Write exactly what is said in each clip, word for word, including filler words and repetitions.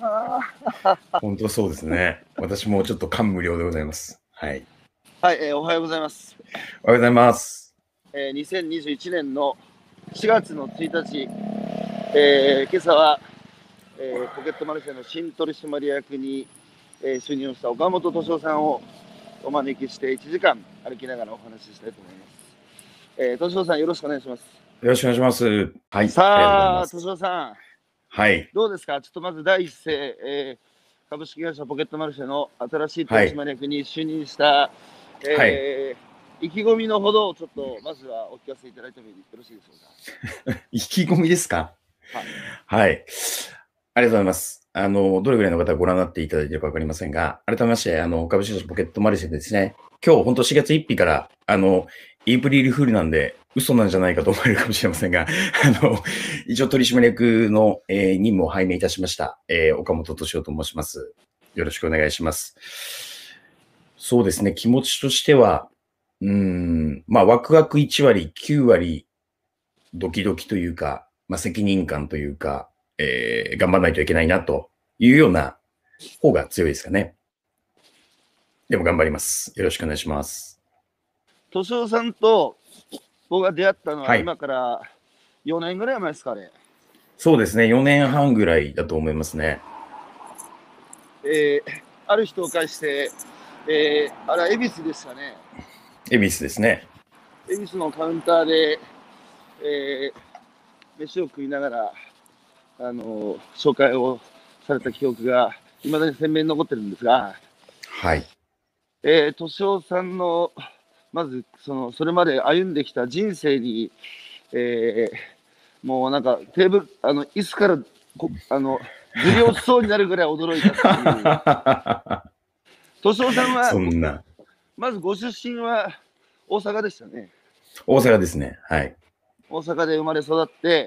本当そうですね。私もちょっと感無量でございます。はい。 はい、えー、おはようございます。 おはようございます。 えー、にせんにじゅういちねんのしがつのついたち、えー、今朝は、えー、ポケットマルシェの新取締役に、えー、就任をした岡本敏夫さんをお招きしていちじかん歩きながらお話ししたいと思います。えー、敏夫さん、よろしくお願いします。 よろしくお願いします。はい。 さあ、敏夫さん。 はい。 どうですか。ちょっとまず第一声、えー、株式会社ポケットマルシェの新しい取締役に就任した、はい、えー、意気込みのほどをちょっとまずはお聞かせいただいてもよろしいでしょうか。 意気込みですか。 はい。 はい。ありがとうございます。あの、どれぐらいの方がご覧になっていただいているかわかりませんが、改めまして、あの、株式会社ポケットマルシェでですね、今日本当しがつついたちから、あの、エイプリルフールなんで嘘なんじゃないかと思われるかもしれませんが、あの、一応取締役の、えー、任務を拝命いたしました、えー、岡本敏夫と申します。よろしくお願いします。そうですね、気持ちとしては、うーん、まあ、ワクワクいちわり、きゅうわり、ドキドキというか、まあ、責任感というか、えー、頑張らないといけないなというような方が強いですかね。でも頑張ります。よろしくお願いします。 敏夫さんと僕が出会ったのは今からよねんぐらい前ですかね。 そうですね、よねんはんぐらいだと思いますね。 えー、ある人を介して、えー、あれは恵比寿ですかね。 恵比寿ですね。 恵比寿のカウンターで、えー、飯を食いながら、あのー、紹介をされた記憶がいまだに鮮明に残ってるんですが、 はい。 えー、敏夫さんのまずそのそれまで歩んできた人生に、えー、もうなんかテーブルあの椅子からこあのずり落ちそうになるぐらい驚いたっていう。敏夫さんはそんなまずご出身は大阪でしたね。 大阪ですね。はい。 大阪で生まれ育って、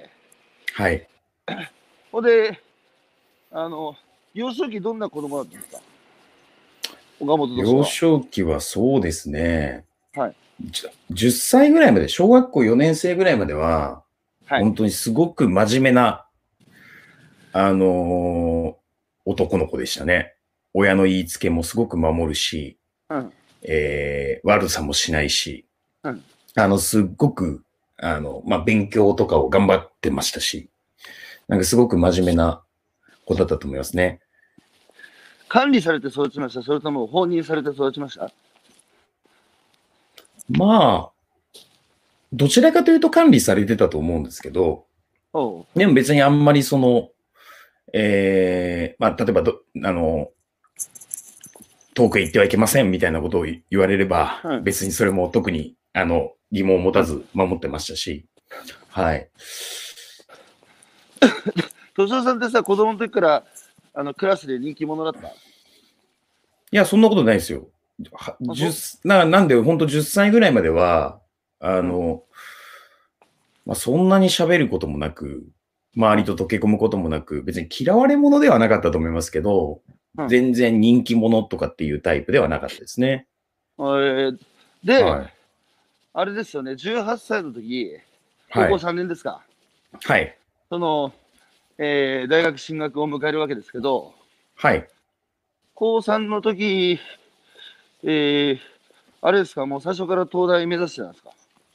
はい。 ほんであの幼少期どんな子供だったんですか。岡本としては。 幼少期はそうですね。 はい。 じゅっさいぐらいまで、小学校よねん生ぐらいまでは、はい、本当にすごく真面目な、あのー、男の子でしたね。親の言いつけもすごく守るし、うん、えー、悪さもしないし、うん、あの、すっごく、あの、まあ、勉強とかを頑張ってましたし、なんかすごく真面目な子だったと思いますね。 管理されて育ちました？それとも放任されて育ちました？ まあ、どちらかというと管理されてたと思うんですけど、でも別にあんまりその、えー、まあ、例えばど、あの、遠くへ行ってはいけませんみたいなことを言われれば、うん、別にそれも特に、あの、疑問を持たず守ってましたし、はい。 敏夫さんってさ、子供の時から、あの、クラスで人気者だった？ いや、そんなことないですよ。じゅうななんで、ほんとじゅっさいぐらいまでは、あの、うん、まあ、そんなに喋ることもなく、周りと溶け込むこともなく、別に嫌われ者ではなかったと思いますけど、うん、全然人気者とかっていうタイプではなかったですね。 えー、で、はい、あれですよね、じゅうはっさいの時、高校さんねんですか。 はい。 その、えー、大学進学を迎えるわけですけど、 はい。 高さんの時、えー、あれですか、もう最初から東大目指してたんですか。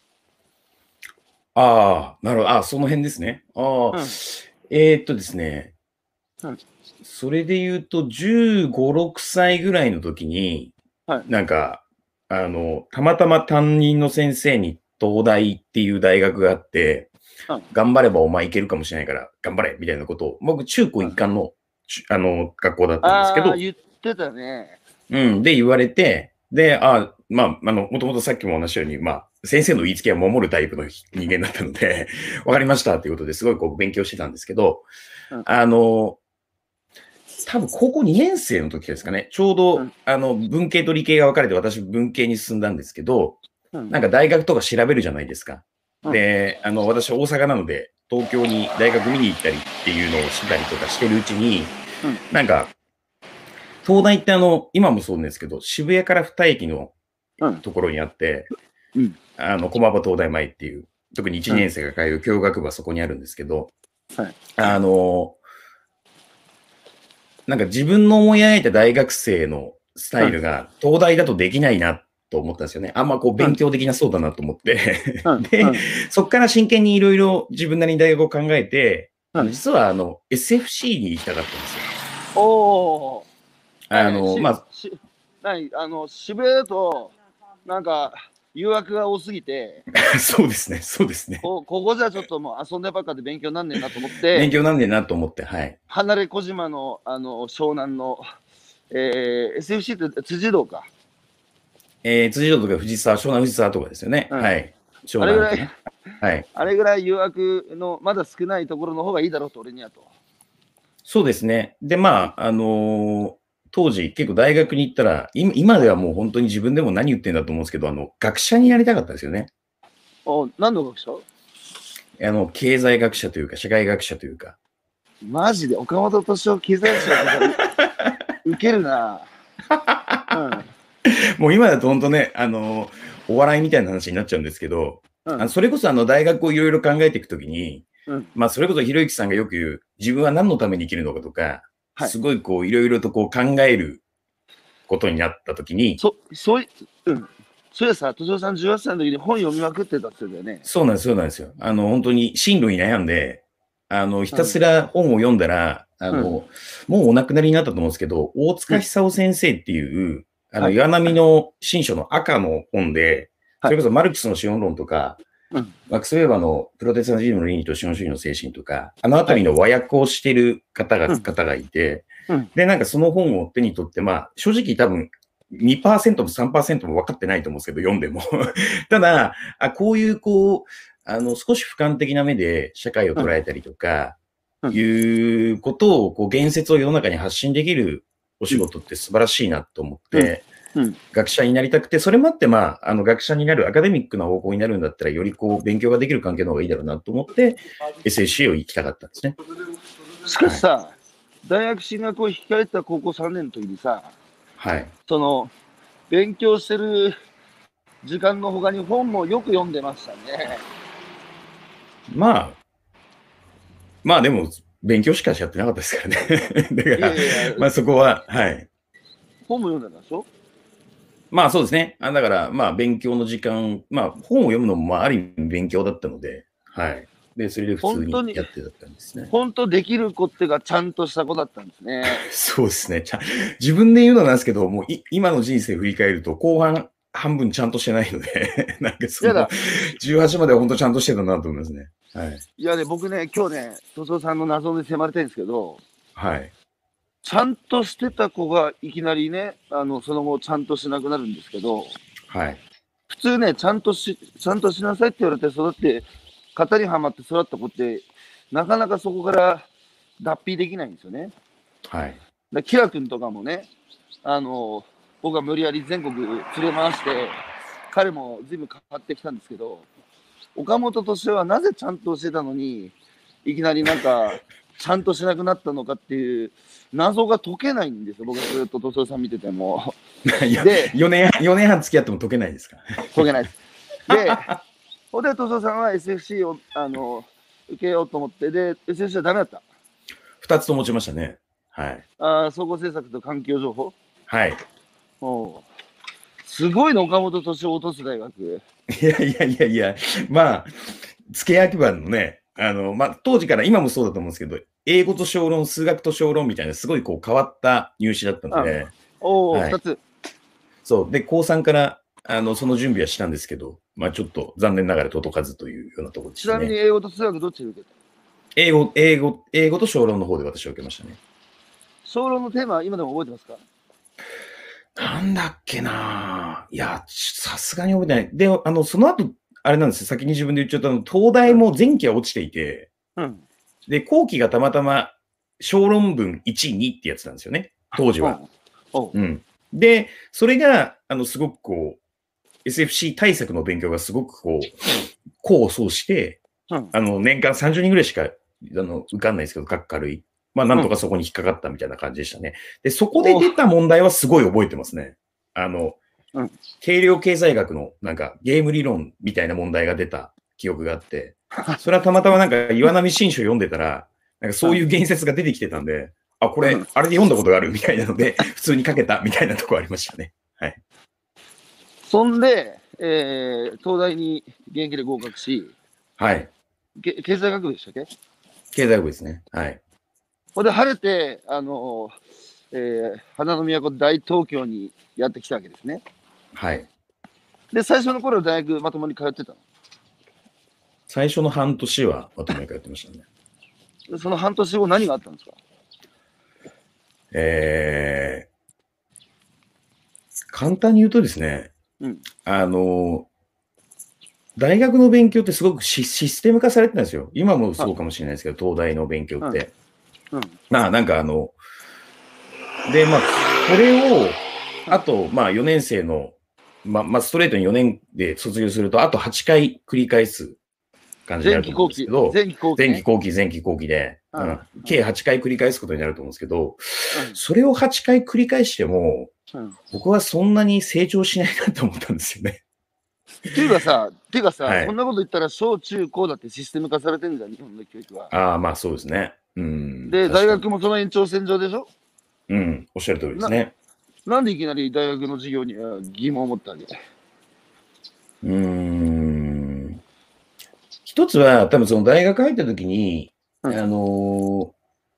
ああ、なるほど。ああ、その辺ですね。ああ、うん、えー、っとですね。うん、それで言うと、じゅうご、ろくさいぐらいの時に、はい、なんか、あの、たまたま担任の先生に東大っていう大学があって、うん、頑張ればお前行けるかもしれないから、頑張れみたいなことを、僕、中高一貫の、うん、あの、学校だったんですけど、 ああ、言ってたね。 うん、で、言われて、で、あ、まあ、あの、もともとさっきも同じように、まあ、先生の言いつけは守るタイプの人間だったので、わかりましたっていうことですごいこう勉強してたんですけど、うん、あの、多分高校にねん生の時ですかね、ちょうど、うん、あの、文系と理系が分かれて私文系に進んだんですけど、うん、なんか大学とか調べるじゃないですか。うん、で、あの、私大阪なので、東京に大学見に行ったりっていうのをしたりとかしてるうちに、うん、なんか、東大ってあの、今もそうなんですけど、渋谷からに駅のところにあって、うん、あの、駒場東大前っていう、特にいちねん生が通う教学部はそこにあるんですけど、はい、あの、 なんか自分の思い描いた大学生のスタイルが東大だとできないなと思ったんですよね。あんまこう勉強できなそうだなと思って。 うん。 で、 うん。 そこから真剣にいろいろ自分なりに大学を考えて、あのうん。 実はあの エスエフシー に行きたかったんですよ。 おー。 あの、 はいはいし、 まあ、 し、何あの、渋谷だと、なんか、誘惑が多すぎて、 そうですね、そうですね。 こ、ここじゃちょっともう遊んでばっかで勉強なんねえなと思っ勉て、 強なんねえなと思って、はい。 離れ小島の、あの、湘南の、えー、エスエフシー って辻堂か。 えー、辻堂とか藤沢、湘南藤沢とかですよね。 うん。 はい。湘あれぐらい、 南かな。はい。 あれぐらい誘惑のまだ少ないところの方がいいだろうと、俺にはと。 そうですね。で、まあ、あのー当時結構大学に行ったら、今今ではもう本当に自分でも何言ってんだと思うんですけど、あの、学者になりたかったですよね。 お、何の学者？ あの、経済学者というか、社会学者というか。 マジで岡本敏夫経済学者とかウケるな。 もう今だと本当ね、あのーお笑いみたいな話になっちゃうんですけど、 うん。うん。 あのそれこそあの大学をいろいろ考えていくときに、 うん。 まあそれこそひろゆきさんがよく言う、自分は何のために生きるのかとか、 はい。 すごいこういろいろとこう考えることになったときに、 そ、そうい、うん。それさ、敏夫さんじゅうはっさいの時に本読みまくってたって言ってたよね。 そうなんです、そうなんですよ。あの本当に進路に悩んで、あのひたすうん。 ら本を読んだら、あの、 うん。 もうお亡くなりになったと思うんですけど、大うん。 塚久夫先生っていう、あのはい。 岩波の新書の赤の本で、 はい。 それこそマルクスの資本論とか、 うん。 マックス・ウェーバーのプロテスタント人の倫理と資本主義の精神とか、あのあたはい。 りの和訳をしている方が、 うん。 方がいて、 うん。 で、なんかその本を手に取って、まあ、正直多分にパーセントもさんパーセントも分かってないと思うんですけど、読んでも。ただ、あ、こういう、こう、あの、少し俯瞰的な目で社会をうん。 捉えたりとか、 うん。 いうことを、こう、言説を世の中に発信できるお仕うん。 事って素晴らしいなと思っうん。 て、 うん。 学者になりたくて、それもあって、まあ、あの、学者になる、アカデミックな方向になるんだったら、よりこう、勉強ができる関係の方がいいだろうなと思って、エスエスシー を行きたかったんですね。 しかはい。 しさ、大学進学を控えてた高校さんねんの時にさ、 はい。 その、勉強してる時間の他に本もよく読んでましたね。 まあ、まあでも、勉強しかやってなかったですからね。だかいやら、 いやいや、 まあそこは、はい。 本も読んでたでしょ？ まあそうですね。あだから、まあ勉強の時間、まあ本を読むのも、まあある意味勉強だったので、はい。で、それで普通本当に、 にやってたんですね。 本当できる子ってがちゃんとした子だったんですね。 そうですね。ちゃ自分で言うのなんですけど、もうい今の人生振り返ると、後半半分ちゃんとしてないので、なんかその、 いやだ、 じゅうはちまでは本当ちゃんとしてたなと思いますね。はい。 いやね、僕ね、今日ね、敏夫さんの謎に迫りたいんですけど、 はい。 ちゃんとしてた子がいきなりね、あの、その後ちゃんとしなくなるんですけど、 はい。 普通ね、ちゃんとし、ちゃんとしなさいって言われて育って、型にはまって育った子って、なかなかそこから脱皮できないんですよね。 はい。 だキラ君とかもね、あの、僕は無理やり全国連れ回して、彼も随分変わってきたんですけど、岡本敏夫はなぜちゃんとしてたのに、いきなりなんか、ちゃんとしなくなったのかっていう謎が解けないんですよ、僕はずっと敏夫さん見てても。 いや、 で、 よねん、よねんはん付き合っても解けないですか？ 解けないです。で、ほんで、敏夫さんは エスエフシー をあの受けようと思って、で、エスエフシー はダメだった。 二つと持ちましたね。はい。 あ総合政策と環境情報。 はい。 おすごいの、岡本敏夫を落とす大学。 いやいやいやいや、まあ、付け焼き場のね、あの、まあ、当時から今もそうだと思うんですけど、英語と小論、数学と小論みたいな、すごいこう変わった入試だったのうん。 で、 おお、 はい。 二つ。 そう。で、高さんから、あの、その準備はしたんですけど、まあ、ちょっと残念ながら届かずというようなところでちなみにしたね。 英語と数学どっちで受けた？ 英語、英語、英語と小論の方で私は受けましたね。 小論のテーマは今でも覚えてますか？ なんだっけなぁ。いや、さすがに覚えてない。で、あの、その後、あれなんですよ。先に自分で言っちゃったの、東大うん。 も前期は落ちていて、 うん。 で、後期がたまたま小論文いち、にってやつなんですよね。当時は。 うん。おう。 うん。で、それが、あの、すごくこう、エスエフシー 対策の勉強がすごくこう、功を奏して、 うん。 あの、年間さんじゅうにんぐらいしか、あの、受かんないですけど、各軽い。まあ、なんとかうん。 そこに引っかかったみたいな感じでしたね。で、そこでおう。 出た問題はすごい覚えてますね。あの、 うん。 定量経済学のなんかゲーム理論みたいな問題が出た記憶があって、それはたまたまなんか岩波新書読んでたら、なんかそういううん。 言説が出てきてたんで、 あ、これ、 うんあれで読んだことがあるみたいなので、普通に書けたみたいなところありましたね。はい。 そんで、えー、東大に現役で合格し、 はい。 け経済学部でしたっけ？ 経済部ですね。はい。 ほんで、晴れて、あのー、えー、花の都大東京にやってきたわけですね。 はい。 で、最初の頃大学まともに通ってた最初の半年はまとめに通ってましたね。 の？その半年後何があったんですか？ えー、簡単に言うとですね、 うん。 あの、大学の勉強ってすごくシシステム化されてたんですよ。今もそうかもしれないですけど、東大の勉強っうん。 て。 うん。 まあ、なんかあの、で、まあ、これを、あと、まあ、よねん生の、まあ、まあ、ストレートによねんで卒業すると、あとはちかい繰り返す感じにな前ると思うん期後期、 ですけど、 前期後期ね。 前期後期、前期後期で、 うん。 うん、計はちかい繰り返すことになると思うんですけど、 うん。 それをはちかい繰り返しても、 うん。 僕はそんなに成長しないなと思ったんですよね。 っていうかさ、っていうかさ、 はい。 そんなこと言ったら小中高だってシステム化されてんじゃん、日本の教育は。 ああ、まあそうですね。うん。 で、大確かに。 学もその延長線上でしょ？ うん。おっしゃる通りですな、 ね。 なんでいきなり大学の授業には疑問を持ったわけ？ うーん。一つは、多分その大学入った時に、 うん。 あのー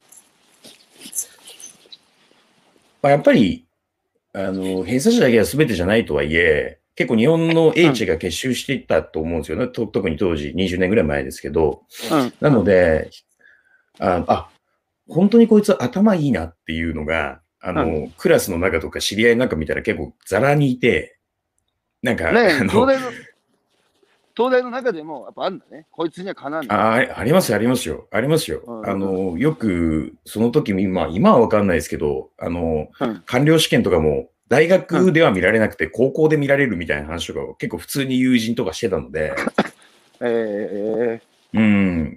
まあ、やっぱり、あの、偏差値だけは全てじゃないとはいえ、結構日本の英知が結集していったと思うんですよね。と特に当時にじゅうねんぐらい前ですけど。 うん。 なので、あ、あ、本当にこいつ頭いいなっていうのが、あうん。 の、クラスの中とか知り合いの中見たら結構ザラにいて、なんか、 ねえ、 あの、 東大の、東大の中でもやっぱあるんだね。こいつにはかなわんみたいな。 あ、ありますよ、ありますよ。ありますよ。 うんうんうん。 あの、よく、その時、まあ、今はわかんないですけど、あの、 うん官僚試験とかも、大うん。 学では見られなくて、高校で見られるみたいな話とかを結構普通に友人とかしてたので、 えうん。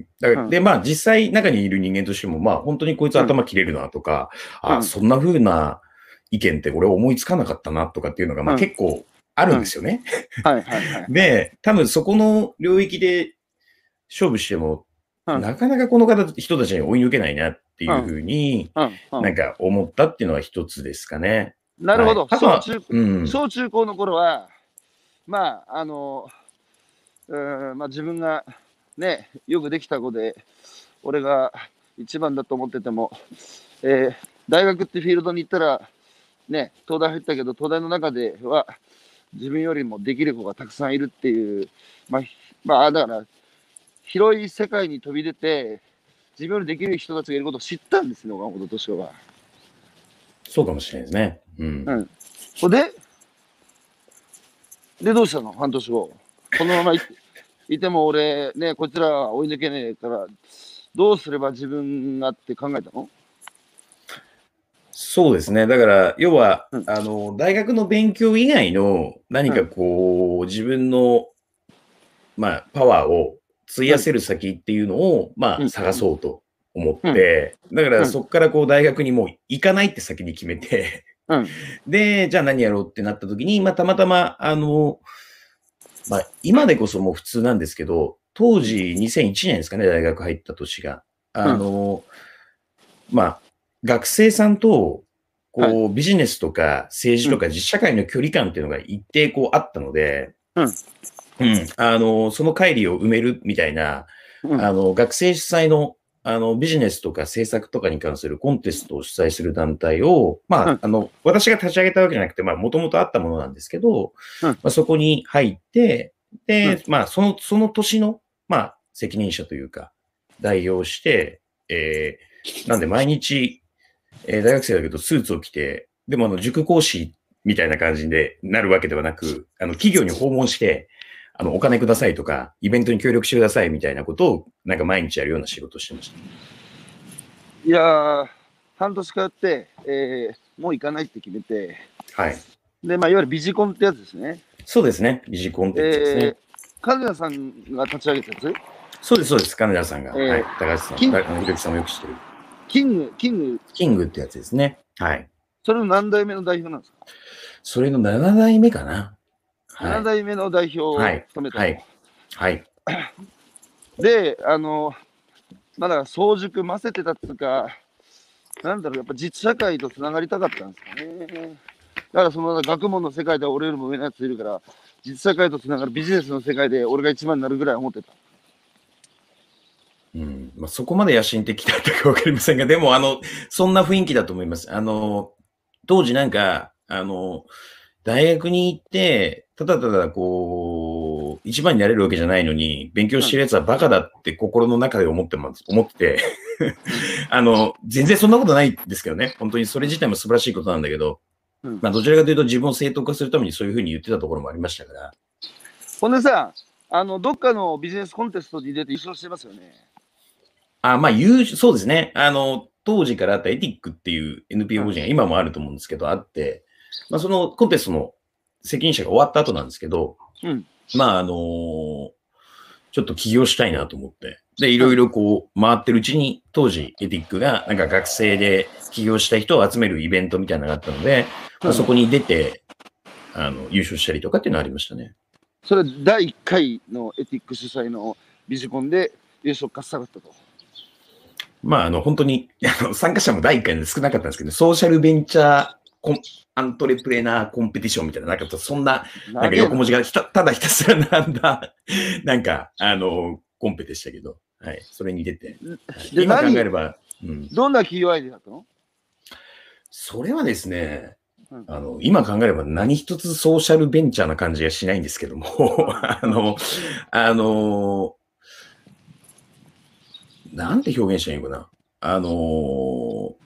だからー、うん。 で、まあ、実際中にいる人間としても、まあ、本当にこいつうん。 頭切れるなとか、あ、 うん。 そんな風な意見って俺思いつかなかったなとかっていうのが、まあ、 うん。 結構あるうん。 んですよね。 はいはいはいはい。 で、多分そこの領域で勝負しても、 うん。 なかなかこの方、人たちに追い抜けないなっていうふうん。 うに、 うん。うん。 なんか思ったっていうのは一つですかね。はい。 なるほど。 あとは、 小中、 うん。 小中高の頃は、まあ、あの、うーん、まあ自分がね、よくできた子で、俺が一番だと思ってても、えー大学ってフィールドに行ったら、ね、東大入ったけど、東大の中では自分よりもできる子がたくさんいるっていう、まあ、ひまあ、だから、広い世界に飛び出て、自分よりできる人たちがいることを知ったんですね、岡本敏夫は。 そうかもしれないですね。うん。 うん。ほんで、で、どうしたの半年後。このままいいても俺、ね、こいつらは追い抜けねえから、どうすれば自分がって考えたの？ そうですね。だから、要は、 うん、 あの、大学の勉強以外の何かうん、 こう、自分の、まあ、パワーを費うん、 やせる先っていうのを、まあ、 うん、 探そうと思っうん、 て、だからうん、 そこからこう、大学にもう行かないって先に決めて、 うん、 で、じゃあ何やろうってなった時に、まあ、たまたま、あの、まあ、今でこそもう普通なんですけど、当時にせんいちねんですかね、大学入った年が。あうん、 の、まあ、学生さんと、 はい、 こう、ビジネスとか政治うん、 とか実社会の距離感っていうのが一定こうあったので、 うん、 うん、あの、その乖離を埋めるみたいな、 うん、 あの、学生主催の、あの、ビジネスとか政策とかに関するコンテストを主催する団体を、まあ、 うん、 あの、私が立ち上げたわけじゃなくて、まあ、もともとあったものなんですけど、 うん、 まあ、そこに入って、 うん、 で、まあ、その、その年の、まあ、責任者というか、代表して、えー、なんで毎日、えー大学生だけどスーツを着て、でもあの、塾講師みたいな感じでなるわけではなく、あの、企業に訪問して、あの、お金くださいとか、イベントに協力してくださいみたいなことを、なんか毎日やるような仕事をしてました。 いやー、半年通って、えー、もう行かないって決めて、 はい。 で、まあ、いわゆるビジコンってやつですね。 そうですね。ビジコンってやつですね。 えー、金田さんが立ち上げたやつ？ そうです、そうです。金田さんが。はえー、 い。高橋さん、 キン、 だあのひろきさんもよく知ってる。 キング、キング、 キングってやつですね。はい。 それの何代目の代表なんですか？ それのなな代目かな。はなない。 代目の代表をはい。 務めたと。 はい。はい。 で、あの、まあだから早熟ませてたっつうか、 なんだろう、やっぱ実社会とつながりたかったんですかね。だからその学問の世界では俺よりも上のやついるから、実社会とつながるビジネスの世界で俺が一番になるぐらい思ってた。 うんまあ、そこまで野心的だったかわかりませんが、でも、あの、そんな雰囲気だと思います。あの、当時なんか、あの、大学に行って、ただただこう、一番になれるわけじゃないのに、勉強してるやつはバカだって心の中で思ってます、思ってて、あの、全然そんなことないですけどね。本当にそれ自体も素晴らしいことなんだけど、うん、まあ、どちらかというと自分を正当化するためにそういうふうに言ってたところもありましたから。 ほんでさ、あの、どっかのビジネスコンテストに出て優勝してますよね。 あ、まあ、優そうですね。あの、当時からあったエティックっていう エヌピーオー 法人が今もあると思うんですけど、あって、まあ、そのコンテストの責任者が終わった後なんですけど、うん、まあ、あのー、ちょっと起業したいなと思って、で、いろいろこう、回ってるうちに、当時、エティックが、なんか学生で起業した人を集めるイベントみたいなのがあったので、まあ、そこに出て、あの、優勝したりとかっていうのはありましたね。 それ、だいいっかいのエティック主催のビジコンで優勝かっさらったと。 まあ、あの、本当に、あの、参加者もだいいっかいで少なかったんですけど、ソーシャルベンチャーコン、アントレプレナーコンペティションみたいな、なんかそんな、なんか横文字がたただひたすら並んだ、なんか、あの、コンペでしたけど、はい、それに出て。はい、今考えれば、 うん、どんな企業アイデアだったの？ それはですね、うん、あの、今考えれば何一つソーシャルベンチャーな感じがしないんですけども、うん、あの、あの、なんて表現したらいいのかな。あのー、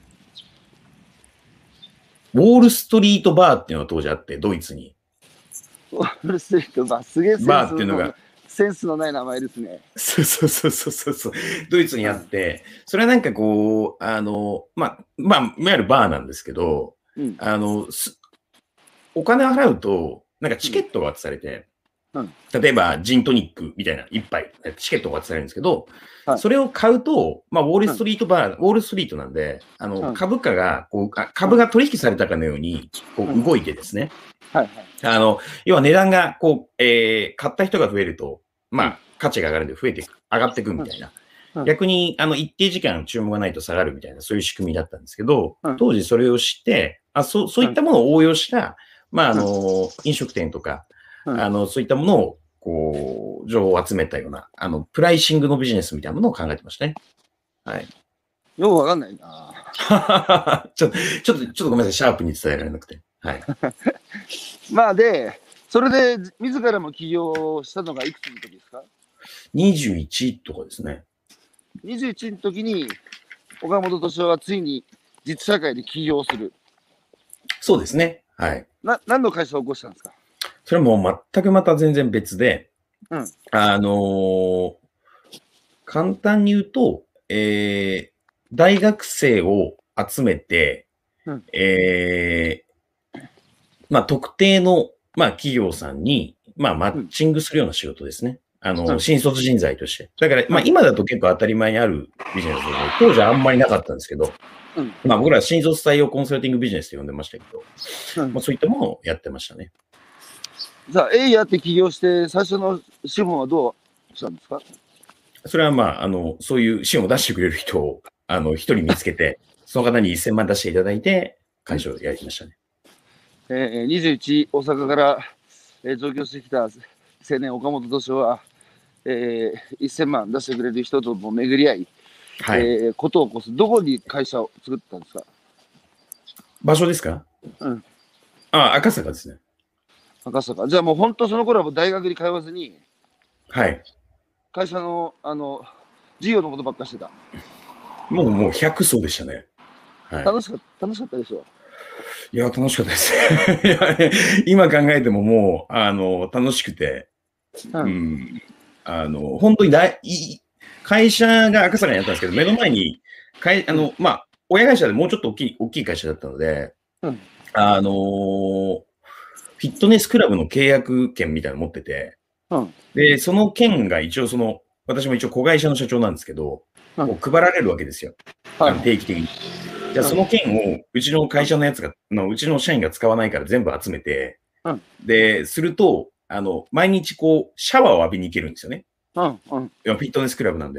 ウォールストリートバーっていうのが当時あって、ドイツに。 ウォールストリートバー、すげえセンスバーっていうのが。 センスのない名前ですね。 そうそうそうそうそう。ドイツにあって、うん、それはなんかこう、あの、まあ、まあ、いわゆるバーなんですけど、うん、あの、お金を払うと、なんかチケットが渡されて、うん、例えばジントニックみたいな一杯、チケットが渡されるんですけど、はい、それを買うと、まあ、ウォールストリートバー、うん、ウォールストリートなんで、あの、うん、株価が、こう、株が取引されたかのように、こう、動いてですね。はいはい。あの、要は値段が、こう、えー、買った人が増えると、まあ、価値が上がるんで増えていく、上がっていくみたいな。うん、逆に、あの、一定時間注文がないと下がるみたいな、そういう仕組みだったんですけど、うん、当時それを知って、あ、そう、そういったものを応用した、まあ、あの、飲食店とか、あの、そういったものを、こう、情報を集めたような、あの、プライシングのビジネスみたいなものを考えてましたね。はい。 よくわかんないなちょっと、ちょっと、ちょっとごめんなさい、シャープに伝えられなくて。はい。 まあ、で、それで、自らも起業したのがいくつの時ですか？ にじゅういちとかですね。 にじゅういちの時に、岡本敏夫はついに実社会で起業する。 そうですね。はい。 な、何の会社を起こしたんですか？ それも全くまた全然別で、うん、あのー、簡単に言うと、えー、大学生を集めて、うん、えー、まあ、特定の、まあ、企業さんに、まあ、マッチングするような仕事ですね。あの、うん、新卒人材として。だから、まあ、今だと結構当たり前にあるビジネスで、当時はあんまりなかったんですけど、うん、まあ、僕らは新卒採用コンサルティングビジネスと呼んでましたけど、うん、まあ、そういったものをやってましたね。 じゃあ、エイヤって起業して、最初の資本はどうしたんですか？ それはまあ、あの、そういう資本を出してくれる人を、あの、一人見つけて、その方にせんまん出していただいて、会社をやりましたね。 うん、えー、にじゅういち、大阪から、えー、上京してきた青年、岡本敏夫は、えー、せんまん出してくれる人とも巡り合い、はい、えー、ことを起こす。どこに会社を作ったんですか？ 場所ですか？うん。あ、赤坂ですね。 赤坂。じゃあもう本当その頃はもう大学に通わずに、 はい。 会社の、あの、事業のことばっかしてた。 もう、もうひゃくそうでしたね。 はい。楽しかった、楽しかったでしょ？ いや、楽しかったです今考えてももう、あの、楽しくて、うん。うん、あの、本当に大、会社が赤坂にあったんですけど、目の前に、会あの、まあ、親会社でもうちょっと大きい、大きい会社だったので、うん、あのー、フィットネスクラブの契約権みたいなの持ってて、うん、で、その権が一応その、私も一応子会社の社長なんですけど、うん、こう配られるわけですよ。はい、定期的に。じゃあその権をうちの会社のやつが、のうちの社員が使わないから全部集めて、うん、で、すると、あの、毎日こう、シャワーを浴びに行けるんですよね。うんうん、フィットネスクラブなんで。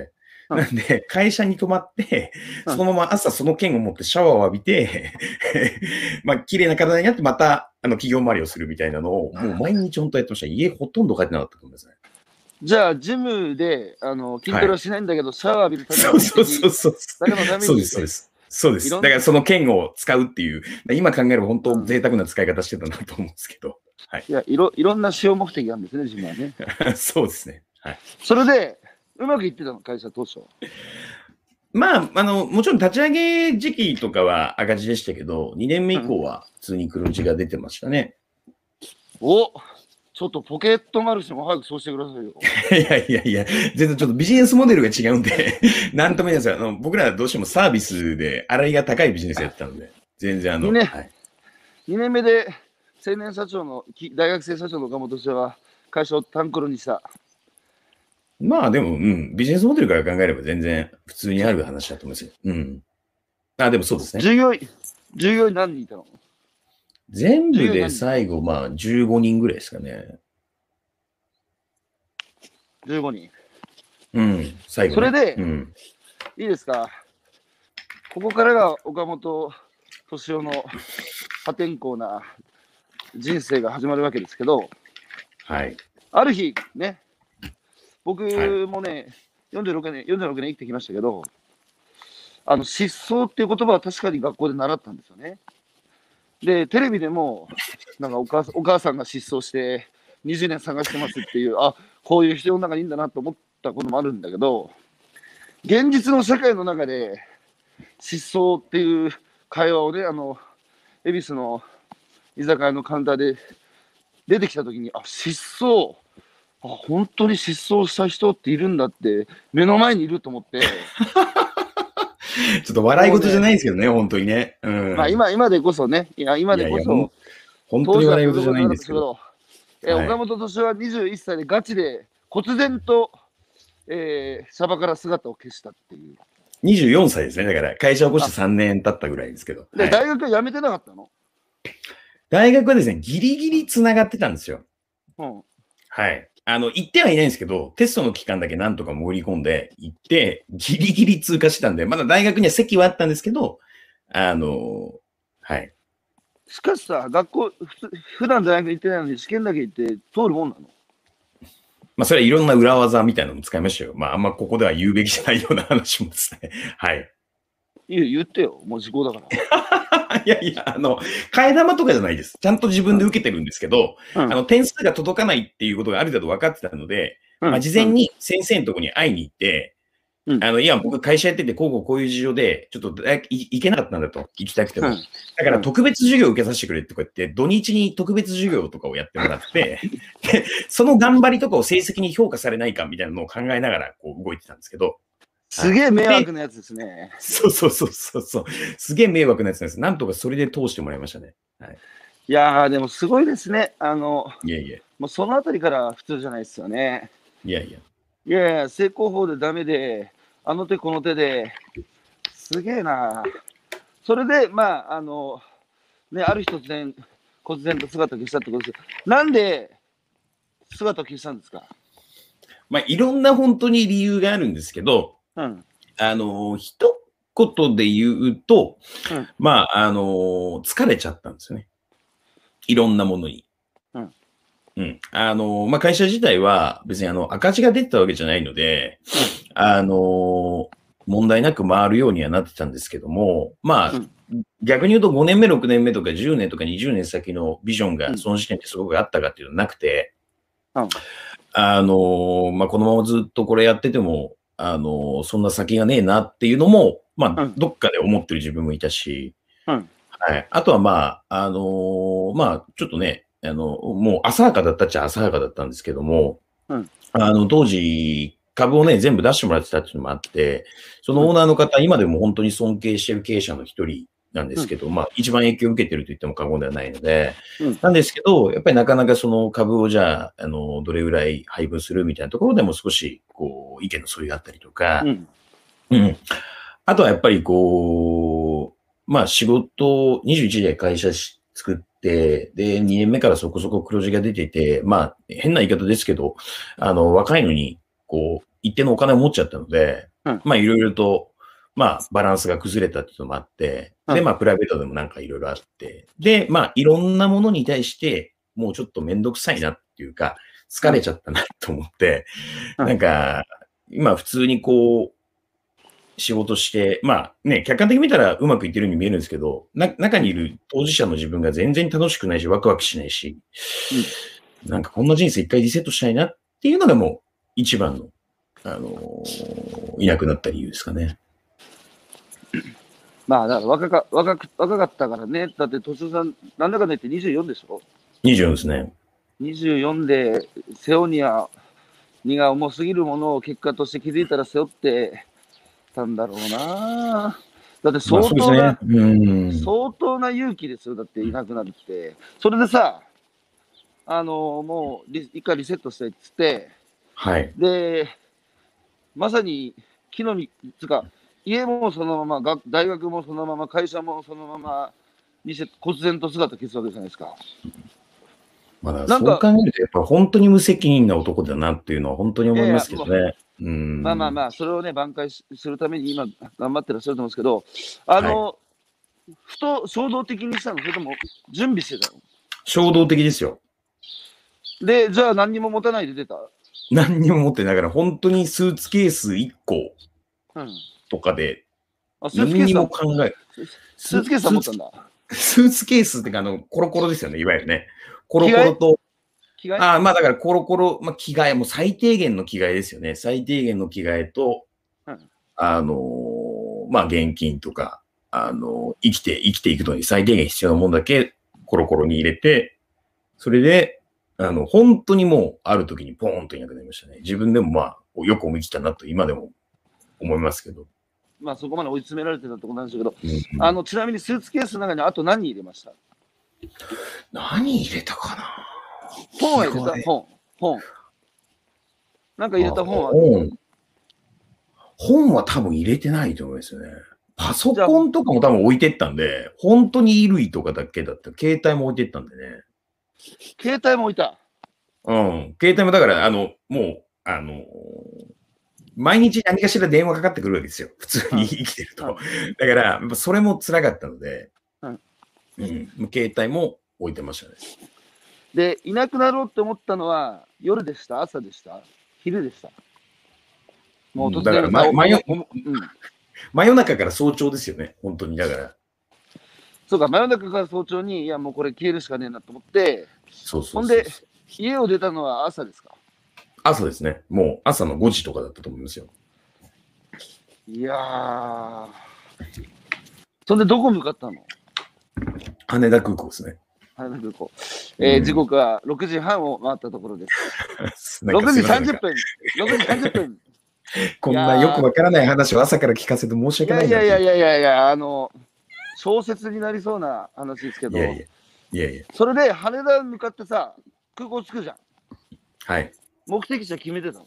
うんなんで、会社に泊まって、 うんそのまま朝その券を持ってシャワーを浴びて、まあ、綺麗な体になってまた、あの、企業回りをするみたいなのを、もう毎日本当やってました。家ほとんど帰ってなかったと思いますね。 じゃあ、ジムで、あの、筋トレはしないんだけど、シャワー浴びるためのそうそうそうそう。 だけのために、 そうです、そうです。そうです。 いろんだからその券を使うっていう、今考えれば本うん当贅沢な使い方してたなと思うんですけど。はい。 いや、いろ、いろんな使用目的があるんですね、ジムはね。 そうですね。はい。 それで、うまくいってたの、会社当初。 まあ、あの、もちろん立ち上げ時期とかは赤字でしたけど、にねんめ以降は普通に黒字が出てましたね。 おちょっとポケットマルシェも早くそうしてくださいよ。 いやいやいや、全然ちょっとビジネスモデルが違うんで、なんとも言えないですよ。あの僕らはどうしてもサービスで洗いが高いビジネスやってたので、全然あの、 にねんはい、 にねんめで青年社長の、き大学生社長の岡本氏は会社をタンクロにした。 まあでも、うん、ビジネスモデルから考えれば全然普通にある話だと思いますよ。うん。あ、でもそうですね。 従業員、従業員何人いたの？ 全部で最後、まあじゅうごにんぐらいですかね。 じゅうごにん。 うん、最後、ね。 それで、 うん、 いいですか。ここからが岡本敏夫の破天荒な人生が始まるわけですけど、 はい。 ある日ね、僕もね、はい、よんじゅうろくねん、よんじゅうろくねん生きてきましたけど、あの失踪っていう言葉は確かに学校で習ったんですよね。で、テレビでも、なんかお母さんお母さんが失踪してにじゅうねん探してますっていう、あ、こういう人の中にいいんだなと思ったこともあるんだけど、現実の社会の中で失踪っていう会話をね、あの、恵比寿の居酒屋のカウンターで出てきたときに、あ、失踪、あ、本当に失踪した人っているんだって、目の前にいると思って。 ちょっと笑い事じゃないですけどね、本当にね。うん、 まあ今、今でこそね、いや今でこそ、いやいや本当に笑い事じゃないんですけど。 え、はい、岡本敏夫はにじゅういっさいでガチで、忽然と、えー、シャバから姿を消したっていう。 にじゅうよんさいですね。だから、会社を起こしてさんねん経ったぐらいですけど。 で、はい、大学は辞めてなかったの？ 大学はですね、ギリギリ繋がってたんですよ。 うん。 はい。あの、行ってはいないんですけど、テストの期間だけなんとか潜り込んで行って、ギリギリ通過してたんで、まだ大学には席はあったんですけど、あの、はい。 しかしさ、学校、ふ普段大学行ってないのに試験だけ行って通るもんなの？ まあ、それはいろんな裏技みたいなのも使いましたよ。まあ、あんまここでは言うべきじゃないような話もですね。はい。 いや、言ってよ。もう時効だから。 いやいや、あの、替え玉とかじゃないです。ちゃんと自分で受けてるんですけど、うん、あの、点数が届かないっていうことがある程度分かってたので、うん、まあ、事前に先生のところに会いに行って、うん、あの、いや、僕会社やってて、こうこうこういう事情で、ちょっと大学行けなかったんだと、行きたくても。うん、だから特別授業を受けさせてくれってこうやって、土日に特別授業とかをやってもらって、で、その頑張りとかを成績に評価されないかみたいなのを考えながら、こう動いてたんですけど、 すげえ迷惑なやつですね。 そうそうそうそうそう。すげえ迷惑なやつなんです。なんとかそれで通してもらいましたね。はい、 いやー、でもすごいですね。あの、 いやいや。 もうそのあたりから普通じゃないですよね。 いやいや。 いやいや、正攻法でダメで、あの手この手で、すげえな。それで、まあ、あの、ね、ある日突然、忽然と姿を消したってことです。なんで姿を消したんですか？ まあ、いろんな本当に理由があるんですけど、 うん、 あの、一言で言うと、うん、まあ、あの、疲れちゃったんですよね。いろんなものに。うん。うん。あの、まあ、会社自体は別にあの、赤字が出てたわけじゃないので、うん、あの、問題なく回るようにはなってたんですけども、まあ、うん、逆に言うとごねんめ、ろくねんめとかじゅうねんとかにじゅうねん先のビジョンがその時点ですごくあったかっていうのはなくて、うん、あの、まあ、このままずっとこれやってても、あの、そんな先がねえなっていうのも、まあ、どっかで思ってる自分もいたし、うん、はい。あとはまあ、あの、まあ、ちょっとね、あの、もう浅はかだったっちゃ浅はかだったんですけども、うん、あの、当時、株をね、全部出してもらってたっていうのもあって、そのオーナーの方、うん、今でも本当に尊敬してる経営者の一人なんですけど、うん、まあ、一番影響を受けてると言っても過言ではないので、うん、なんですけど、やっぱりなかなかその株をじゃあ、あの、どれぐらい配分するみたいなところでも少し、こう、意見の相違があったりとか、うん。うん。あとはやっぱりこう、まあ、仕事、にじゅういちで会社作って、で、にねんめからそこそこ黒字が出ていて、まあ、変な言い方ですけど、あの、若いのに、こう、一定のお金を持っちゃったので、 うん、 まあいろいろと、まあバランスが崩れたっていうのもあって、 うん、 で、まあプライベートでもなんかいろいろあって、で、まあいろんなものに対して、もうちょっとめんどくさいなっていうか、疲れちゃったなと思って、 うん、 なんか、今普通にこう、仕事して、まあね、客観的に見たらうまくいってるように見えるんですけど、な中にいる当事者の自分が全然楽しくないし、ワクワクしないし、 うん。 なんかこんな人生一回リセットしたいなっていうのがもう一番の、あのーいなくなった理由ですかね。 まあ、だから若か若く若かったからね。だって、敏夫さん、なんだかんだ言ってにじゅうよんでしょ？ にじゅうよんですね。 にじゅうよん で、背負うには荷が重すぎるものを結果として気づいたら背負ってたんだろうな。だってまあ相当な、 そうですね。うん。 相当な勇気ですよ。だっていなくなるって。それでさ、あのもうリ一回リセットしたいっつって、 はい。 で、まさに木の実つうか、家もそのまま、学大学もそのまま、会社もそのままにして、忽然と姿消すわけじゃないですか。 まだなんか、 そう考えると、やっぱ本当に無責任な男だなっていうのは本当に思いますいやいや、もうけどね。うん。 まあまあまあ、それをね、挽回するために今、頑張ってらっしゃると思うんですけど、あはい。 の、ふと衝動的にしたの、それとも準備してたの？ 衝動的ですよ。 で、じゃあ何にも持たないで出た？ 何にも持ってないから、本当にスーツケースいっこうん。 とかで、 あ、スーツケ何にースは、 も考え、ススーツケースはスーツ、 持ったんだ。 スーツケースってか、あの、コロコロですよね、いわゆるね。コロ着替えコロと、 着替えああ、まあだからコロコロ、まあ着替え、もう最低限の着替えですよね。最低限の着替えと、 うん。 あのーまあ現金とか、あのー生きて、生きていくのに最低限必要なものだけコロコロに入れて、それで、あの、本当にもう、ある時にポーンといなくなりましたね。自分でもまあ、よく思い切ったなと今でも思いますけど。 まあそこまで追い詰められてたってことなんですけど、 うんうん、 あの、ちなみにスーツケースの中にあと何入れました？ 何入れたかな。 本は入れ着替え。 た本。本。なんか入れた本は？ 本。本は多分入れてないと思いますよね。パソじゃあ、 コンとかも多分置いてったんで、本当に衣類とかだけだった。携帯も置いてったんでね。 携帯も置いた。 うん。携帯もだから、あの、もう、あの、毎日何かしら電話かかってくるわけですよ。普通に生きてると。 うん。 だから、やっぱそれも辛かったので、 うん。 うん。携帯も置いてましたね。 で、いなくなろうって思ったのは、夜でした？朝でした？昼でした？もううん、だから、 突然さ、 ま、 お、 真夜、 お、お、うん。 真夜中から早朝ですよね。本当に。だから。 そうか、真夜中から早朝に、いや、もうこれ消えるしかねえなと思って、 そうそほんで、 うそうそう。 家を出たのは朝ですか？ 朝ですね。もう朝のごじとかだったと思いますよ。 いやー。そんで、どこ向かったの？ 羽田空港ですね。 羽田空港。えーうん、 時刻はろくじはんを回ったところです。 なんか 6時すいません。なん 30 か分。ろくじさんじゅっぷん。 こいんなよくやわからない話を朝から聞かせて申しー、い訳ないなっていう。 やいやいやいやいやいや、あの、小説になりそうな話ですけど、 いやいや。いやいや。 それで羽田向かってさ、空港着くじゃん。 はい。 目的地は決めてたの？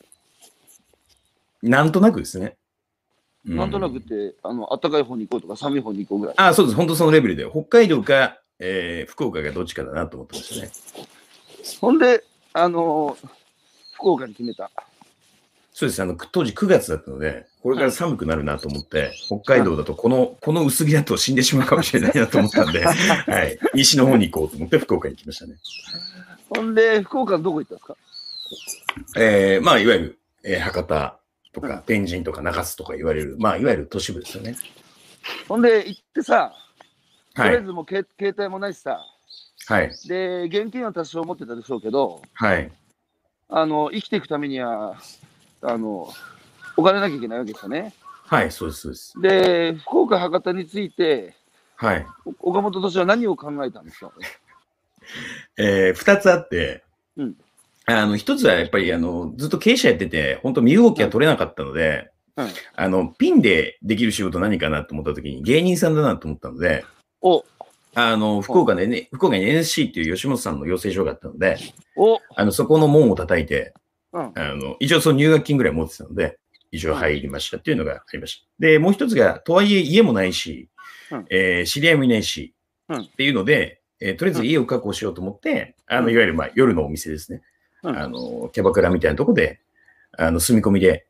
なんとなくですね。うなんとなくっん、 て、あの、暖かい方に行こうとか、寒い方に行こうぐらい。 あ、そうです。本当そのレベルで。北海道か、えー、福岡かどっちかだなと思ってましたね。 ほんで、あのー福岡に決めた。 そうです。あの、当時くがつだったので、これから寒くなるなと思って、北海道だとこの、この薄着だと死んでしまうかもしれないなと思ったんで、はい。西の方に行こうと思って福岡に来ましたね。 ほんで、福岡のどこ行ったんですか？ えー、まあ、いわゆる、えー、博多とうん。 か、天神とか中洲とか言われる、まあ、いわゆる都市部ですよね。 ほんで、行ってさ、とはい。 りあえずもう携携帯もないしさ、 はい。 で、現金は多少持ってたでしょうけど、 はい。 あの、生きていくためには、あの、お金なきゃいけないわけですよね。 はい、そうです、そうです。 で、福岡、博多について、 はい。 お岡本敏夫は何を考えたんですか？ えー、二つあって、 うん。 あの、一つはやっぱり、あの、ずっと経営者やってて、本当身動きが取れなかったので、 うん。 あの、ピンでできる仕事何かなと思った時に芸人さんだなと思ったので、 お、 あの、福岡でね、福岡に エヌエスシー っていう吉本さんの養成所があったので、 お、 あの、そこの門を叩いて、 うん。 あの、一応その入学金ぐらい持ってたので、一応入りましたっていうのがありました。で、もう一つが、とはいえ家もないし、 うん。 えー知り合いもいないし、 うん。 っていうので、えーとりあえず家を確保しようと思って、あの、 うん。 いわゆる、まあ、夜のお店ですね。 うん。 あの、キャバクラみたいなとこで、あの、住み込みで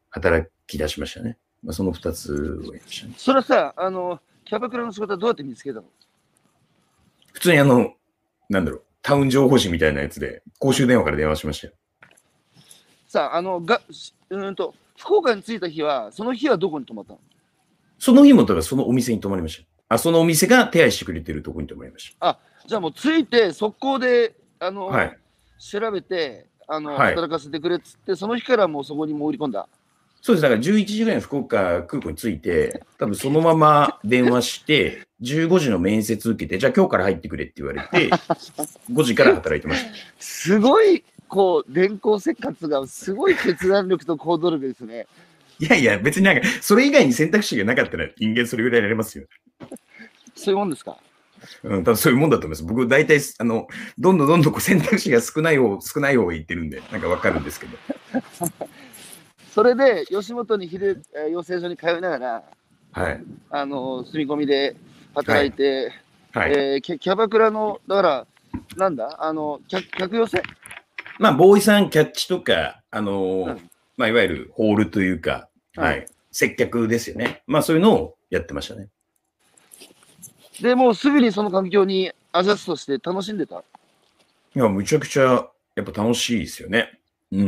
働き出しましたね。まあ、その二つをやりましたね。 それはさ、あの、キャバクラの仕事はどうやって見つけたの？ 普通にあの、なんだろう、タウン情報誌みたいなやつで、公衆電話から電話しましたよ。 さあ、あの、が、うーんと、福岡に着いた日は、その日はどこに泊まったの？ その日も、だからそのお店に泊まりました。あ、そのお店が手配してくれてるところに泊まりましあ、じゃあもう着いて、速攻で、あの、 た。はい。 調べて、あの、 はい。 働かせてくれっつって、その日からもうそこに潜り込んだ。 そうです。だからじゅういちじぐらいに福岡空港に着いて、多分そのまま電話して、じゅうごじの面接受けて、じゃあ今日から入ってくれって言われて、ごじから働いてました。 すごい、こう、電光石火が、すごい決断力と行動力ですね。 いやいや、別になんか、それ以外に選択肢がなかったら人間それぐらいやれますよ。 そういうもんですか？ うん、多分そういうもんだと思います。僕、大体、あの、どんどんどんどんこう選択肢が少ない方、少ない方が言ってるんで、なんかわかるんですけど。 それで、吉本に昼、えー養成所に通いながら、 はい。 あの、住み込みで働いて、 はい。 えーキャ、キャバクラの、だから、なんだ、あの、客、客寄せ？ まあ、ボーイさん、キャッチとか、あのーうんまあ、いわゆるホールというか、 うんはい。接客ですよね。まあ、そういうのをやってましたね。 で、もうすぐにその環境にアジャストして楽しんでた。 いや、むちゃくちゃ、やっぱ楽しいですよね。うん。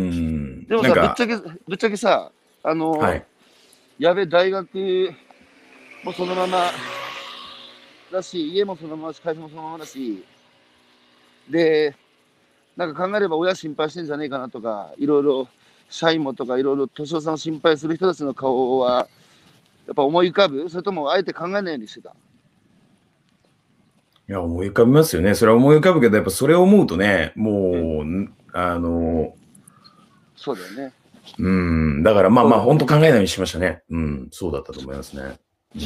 でもさ、ぶっなんか、 ちゃけ、ぶっちゃけさ、あの、 はい。 やべ、大学もそのままだし、家もそのままだし、会社もそのままだし、で、なんか考えれば親心配してんじゃねえかなとか、いろいろ、社員もとか、いろいろ、敏夫さんを心配する人たちの顔は、やっぱ思い浮かぶ？それとも、あえて考えないようにしてた？ いや、思い浮かびますよね。それは思い浮かぶけど、やっぱそれを思うとね、 うん、 もう、あの、 そうだよね。 うん、だからまあまあ、 そうだよね。 本当考えないようにしましたね。うん、そうだったと思いますね。うん、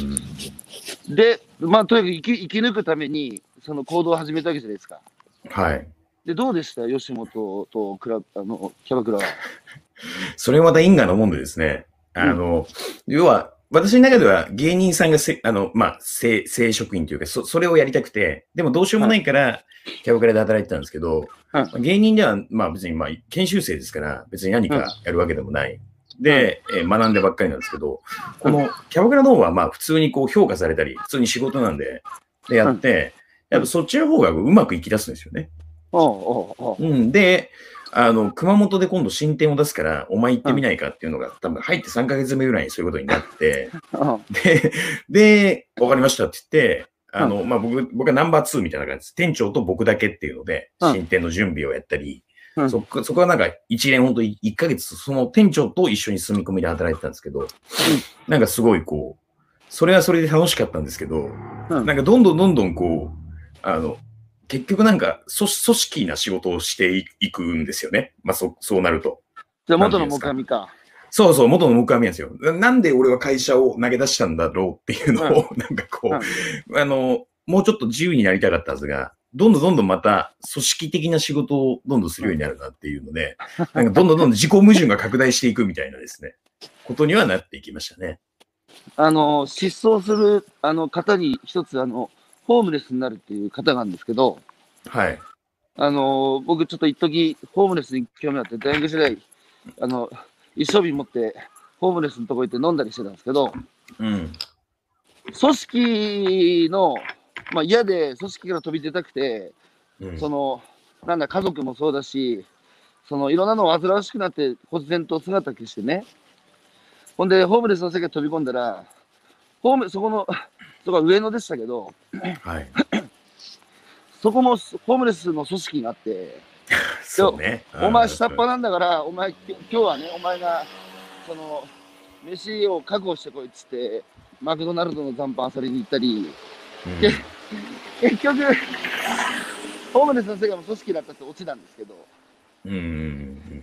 で、まあ、とにかく生き生き抜くために、その行動を始めたわけじゃないですか。 はい。 で、どうでした吉本とクラあのキャバクラは？ それはまた因果のもんでですね、 うん、 あの、要は、私の中では芸人さんがせ、あの、まあ、正、正職員というか、そ、それをやりたくて、でもどうしようもはい、 ないから、キャバクラで働いてたんですけど、 うん、 まあ芸人では、まあ別に、まあ、研修生ですから、別に何うん、 かやるわけでもない。 うん、 で、えー学んでばっかりなんですけど、こうん、 のキャバクラの方は、まあ普通にこう評価されたり、普通に仕事なんで、でやうん、 って、やっぱうん、 そっちの方がうまくいき出すんですよね。 おうおうおう、 うん。で、あの、熊本で今度新店を出すから、お前行っうん、 てみないかっていうのが、多分入ってさんかげつめぐらいにそういうことになって、 うん、 で、で、わかりましたって言って、 うん、 あの、まあ、僕、僕はナンバーツーみたいな感じです。店長と僕だけっていうので、 うん、 新店の準備をやったり、 うん、 そこ、そこはなんか一連ほんといっかげつ、その店長と一緒に住み込みで働いてたんですけど、なんかすごいこう、それはそれで楽しかったんですけど、 うん。 なんかどんどんどんどんこう、あの、結局なんか組組織な仕事をしていくんですよね。まあそ、そうなると。 じゃあ元のなんていうんですか。 木阿弥か。 そうそう、元の木阿弥なんですよ。なんで俺は会社を投げ出したんだろうっていうのうん、 を、なんかこうん。 う、あの、もうちょっと自由になりたかったはずが、どんどんどんどんまた組織的な仕事をどんどんするようになるなっていうので、なんかどんどんどんどん自己矛盾が拡大していくみたいなですね、ことにはなっていきましたね。 あの、失踪するあの方に一つ、あの、ホームレスになるっていう方なんですけど、 はい。 あの、僕ちょっと一時ホームレスに興味あって、大学時代、あの、一升瓶持って、ホームレスのとこ行って飲んだりしてたんですけど、 うん。 組織の、まあ嫌で組織から飛び出たくて、 うん。 その、なんだ、家族もそうだし、そのいろんなのを煩わしくなって、忽然と姿消してね。ほんで、ホームレスの世界に飛び込んだら、ホーム、そこの、そこは上野でしたけど、 はい。 そこもホームレスの組織になって、で、 そうね。 お前うん下っ端なんだから、お前、き今日はね、お前が、その、飯を確保してこいっつって、マクドナルドの残飯あさりに行ったり、けうん。 結局、ホームレスの世界も組織だったってオチなんですけど、 うん。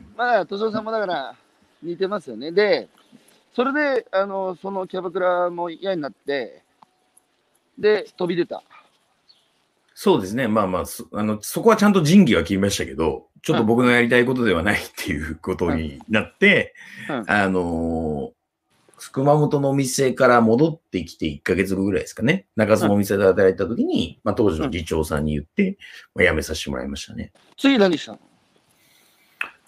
まあ、敏夫さんもだから似てますよね。で、それで、あの、そのキャバクラも嫌になって、で、飛び出た。 そうですね。まあまあ、そあの、そこはちゃんと仁義は切りましたけど、ちょっうん、 と僕のやりたいことではないっていうことうん、 になって、 うん、 あのー熊本のお店から戻ってきていっかげつごぐらいですかね。中洲うん、 のお店で働いた時に、まあ当時うん。 の次長さんに言って、まあ、辞めさせてもらいましたね。 次何したの？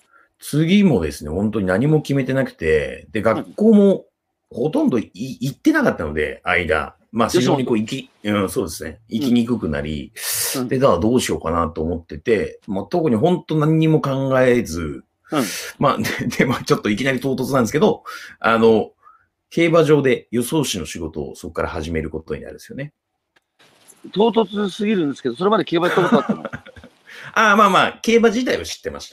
次もですね、本当に何も決めてなくて、で、学校もほとんどい行ってなかったので、間。まあ、非常にこう、行き、うん、そうですね。行きにくくなり、 うんで、だからどうしようかなと思ってて、まあ、特に本当何にも考えず、 うん。 まあ、で、でまあ、ちょっといきなり唐突なんですけど、あの、競馬場で予想士の仕事をそこから始めることになるんですよね。 唐突すぎるんですけど、それまで競馬やったことあったの？ ああ、まあまあ、競馬自体は知ってました。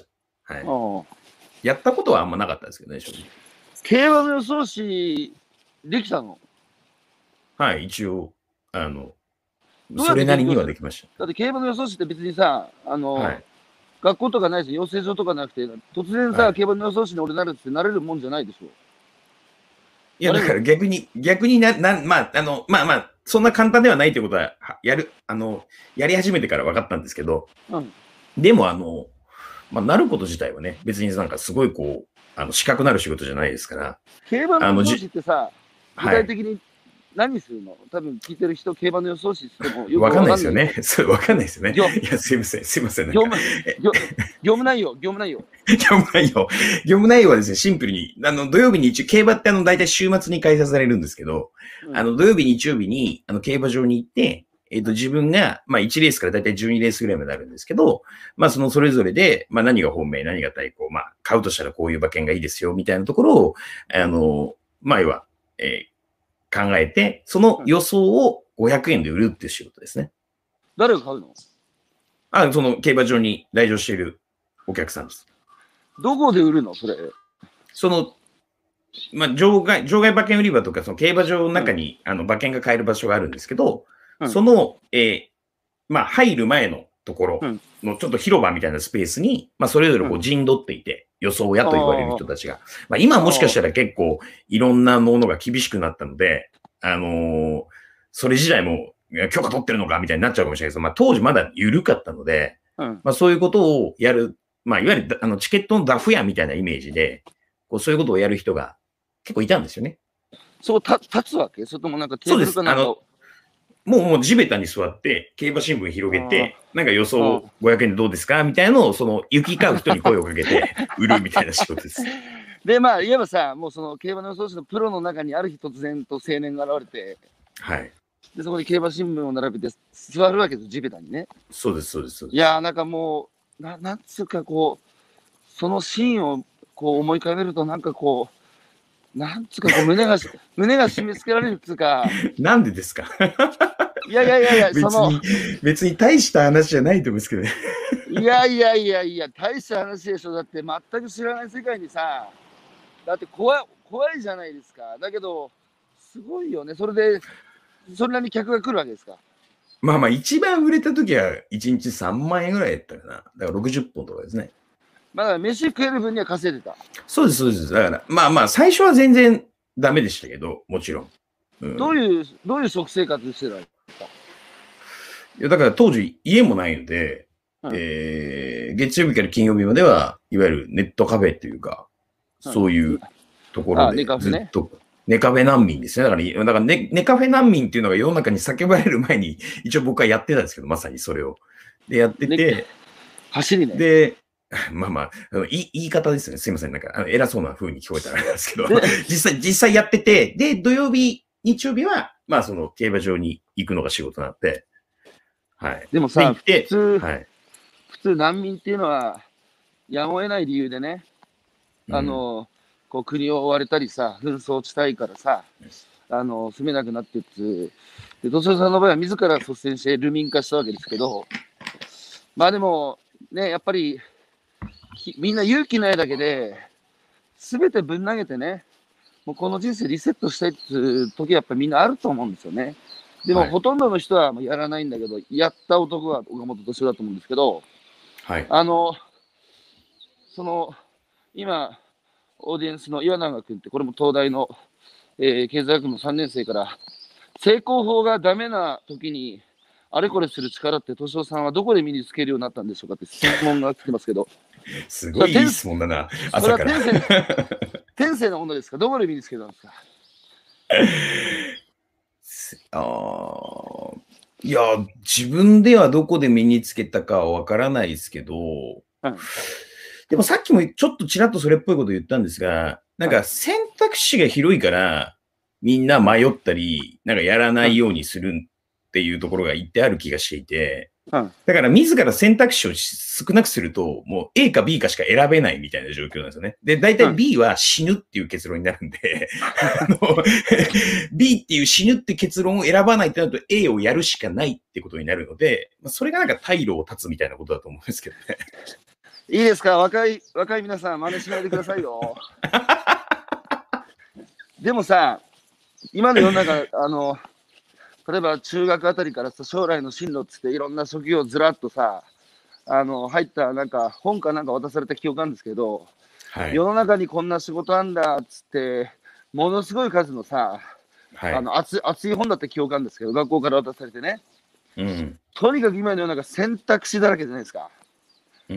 はい。 ああ。 やったことはあんまなかったですけどね、正直。 競馬の予想士、できたの？ はい、一応、あの、 どうやってそれなりに勉強する？ はできましだって競馬の予想士って別にさ、あた。 の、 はい。 学校とかないし、養成所とかなくて、突然さ、 はい。 競馬の予想士に俺なるってなれるもんじゃないでしょ。 いや、だから逆に、逆にな、な、まあ、あの、まあまあ、そんな簡単ではないってことは、はやる、あの、やり始めてから分かったんですけど、 うん。 でも、あの、まあ、なること自体はね、別になんかすごいこう、あの、資格なる仕事じゃないですから、 競馬のあの、 予想士じ、 ってさ、具はい。 体的に何するの？多分聞いてる人、競馬の予想士って言ってもよくわかんわかんない。 ないですよね。そう、わかんないですよね。 業、 いや、すいません、すいません、なんか、 業務、 え、 業、業務内容、業務内容。 業務内容、業務内容はですね、シンプルに、あの、土曜日に一応、競馬ってあの、大体週末に開催されるんですけど、 うん。 あの、土曜日、日曜日に、あの、競馬場に行って、えっと、自分が、まあ、いちレースから大体じゅうにレースぐらいまであるんですけど、まあ、そのそれぞれで、まあ、何が本命、何が対抗、まあ、買うとしたらこういう馬券がいいですよ、みたいなところを、あの、まあ、要は、えー考えて、そのうん。 予想をごひゃくえんで売るっていう仕事ですね。 誰が買うの？ あ、その競馬場に来場しているお客さんです。 どこで売るのそれ？ その、まあ、場外、場外馬券売り場とか、その競馬場のうん。 中に、あの、馬券が買える場所があるんですけど、 うん。 その、えーまあ、入る前のところうん。 のちょっと広場みたいなスペースに、まあ、それぞれうん。 こう陣取っていて、予想屋と言われるあ人たちが。まあ、今あ、ああ、 もしかしたら結構いろんなものが厳しくなったので、あのーそれ自体もいや許可取ってるのかみたいになっちゃうかもしれないですけど、まあ、当時まだ緩かったので、 うん。 まあ、そういうことをやる、まあ、いわゆるあのチケットのダフ屋みたいなイメージで、こうそういうことをやる人が結構いたんですよね。 そうた立つわけ？それともなんかテーブそうです。あの、 ルかなんかを。 もう、もう地べたに座って、競馬新聞広げあて、なんか予あ、あ想ごひゃくえんでどうですかみたいなのを、その、行き交う人に声をかけて、売るみたいな仕事です。 で、まあ、言えばさ、もうその競馬の予想士のプロの中にある日突然と青年が現れて、 はい。 で、そこに競馬新聞を並べて座るわけです、地べたにね。 そうです、そうです、そうです。 いやー、なんかもう、ななんつうかこう、そのシーンをこう思い浮かべると、なんかこう、なんつうかこう胸がし、胸が締め付けられるっつうか、 なんでですか？ いやいやいやいや、その、 別に、別に大した話じゃないと思うんですけどね。 いやいやいやいや、大した話でしょ。だって全く知らない世界にさ、だって怖い、怖いじゃないですか。だけど、すごいよね。それで、それなりに客が来るわけですか。 まあまあ、一番売れた時はいちにちさんまん円ぐらいやったかな。だからろくじゅっぽんとかですね。 まだ飯食える分には稼いでた。 そうです、そうです。だから、まあまあ、最初は全然ダメでしたけど、もちろん。うん。 どういう、どういう食生活してたの？ いや、だから当時家もないので、 うん、 えー、月曜日から金曜日までは、いわゆるネットカフェっていうか、 うん。 そういうところあ、ネでカフェね。 ずっと、ネカフェ難民ですね。だから、だからネ、ネカフェ難民っていうのが世の中に叫ばれる前に、一応僕はやってたんですけど、まさにそれを。で、やってね、 て、 走りね。 で、まあまあ、あの言い言い方ですね。すいません。なんか、あの偉そうな風に聞こえたらあれなんですけど、 で、 実際、実際やってて、で、土曜日、日曜日は、まあ、その、競馬場に行くのが仕事なんで、はい。で、 でもさ、普行って、 通、 はい。 普通難民っていうのは、やむを得ない理由でね、 うん。 あの、こう国を追われたりさ、紛争地帯からさ、あの、住めなくなってって、で、土さんの場合は自ら率先して流民化したわけですけど、まあでも、ね、やっぱり、みんな勇気ないだけで、すべてぶん投げてね、もうこの人生リセットしたいっていう時はやっぱりみんなあると思うんですよね。でもはい。 ほとんどの人はやらないんだけど、やった男は岡本敏夫だと思うんですけど、 はい。 あの、その、今、オーディエンスの岩永君って、これも東大の、えー経済学部のさんねん生から、成功法がダメな時に、あれこれする力って敏夫さんはどこで身につけるようになったんでしょうかって質問が来てますけど、 すごいいいそれは天、 質問だな。 それ朝から。 は天性、天性のものですか？どこで身につけたんですか？ あーいや、自分ではどこで身につけたかはわからないですけど、 うん。 でもさっきもちょっとちらっとそれっぽいこと言ったんですが、なんか選択肢が広いから、みんな迷ったり、なんかやらないようにするっていうところが言ってある気がしていて、 うん、 だから自ら選択肢を少なくすると、もう A か B かしか選べないみたいな状況なんですよね。で、大体 B は死ぬっていう結論になるんで、あの B っていう死ぬって結論を選ばないってなると A をやるしかないってことになるので、それがなんか退路を断つみたいなことだと思うんですけどね。 いいですか、若い、若い皆さん、真似しないでくださいよ。でもさ、今の世の中、あの、例えば中学あたりからさ、将来の進路っつっていろんな職業ずらっとさ、あの、入ったなんか本かなんか渡された記憶なんですけど、はい、世の中にこんな仕事あんだっつって、ものすごい数のさ、はい、あの熱、熱い本だって記憶なんですけど、学校から渡されてね。うん、とにかく今の世の中選択肢だらけじゃないですか。うん、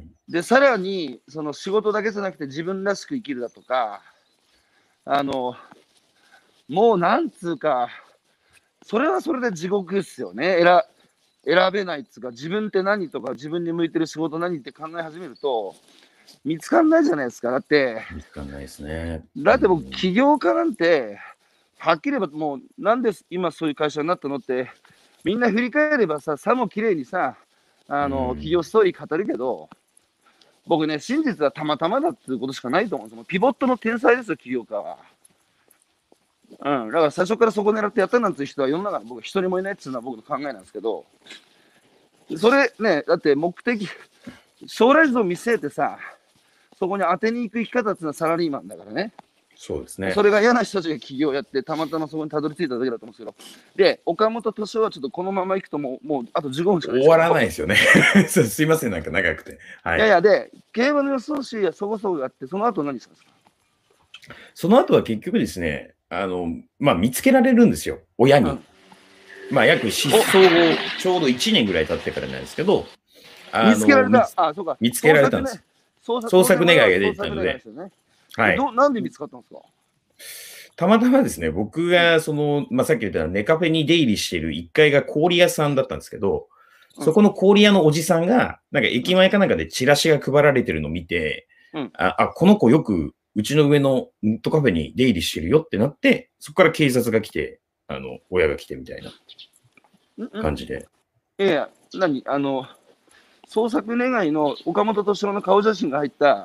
で、さらに、その仕事だけじゃなくて自分らしく生きるだとか、あの、もうなんつうか、それはそれで地獄ですよね。選、選べないっつうか、自分って何とか、自分に向いてる仕事何って考え始めると、見つかんないじゃないですか。だって、 見つかんないですね。 だって僕、起業家なんて、はっきり言えばもう、なんで今そういう会社になったのって、みんな振り返ればさ、さも綺麗にさ、あの、起業ストーリー語るけど、僕ね、真実はたまたまだっていうことしかないと思うんですよ。ピボットの天才ですよ、起業家は。うん、だから最初からそこ狙ってやったなんていう人は世の中に僕一人もいないっていうのは僕の考えなんですけど、それね、だって目的、将来像を見据えてさ、そこに当てに行く生き方っていうのはサラリーマンだからね。 そうですね。 それが嫌な人たちが起業をやって、たまたまそこにたどり着いただけだと思うんですけど、で、岡本敏夫はちょっとこのまま行くともう、もうあとじゅうごふんしかないです。 終わらないですよね。すいません、なんか長くて。 はい、いやいや、で、競馬の予想士やそこそこがあって、その後何したんですか？ その後は結局ですね、あの、まあ、見つけられるんですよ、親に。うん、まあ、約失踪後、ちょうどいちねんぐらい経ってからなんですけど、 あの見つけられた。あ、そうか。 見つけられたんです。捜索願いが出てたので。 はい。ど、なんで見つかったんですか？ たまたまですね、僕が、その、まあ、さっき言ったネカフェに出入りしているいっかいが氷屋さんだったんですけど、そこの氷屋のおじさんが、なんか駅前かなんかでチラシが配られてるのを見て、うん、あ、あ、この子よくうちの上のネットカフェに出入りしてるよってなって、そこから警察が来て、あの、親が来てみたいな感じで。 いやいや、何あの、捜索願いの岡本敏夫の顔写真が入った、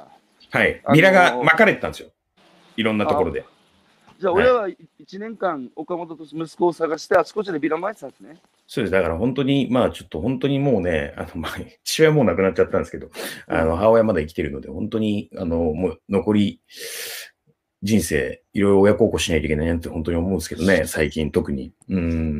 はい、ビラが巻かれてたんですよ。いろんなところで。 じゃあ、親はいちねんかん岡本敏夫息子を探して、あちこちでビラ巻いてたんですね。 そうです。だから本当に、まあちょっと本当にもうね、あの、まあ、父親もう亡くなっちゃったんですけど、あの、母親まだ生きてるので、本当に、あの、もう残り、人生、いろいろ親孝行しないといけないなって本当に思うんですけどね、最近特に。うん。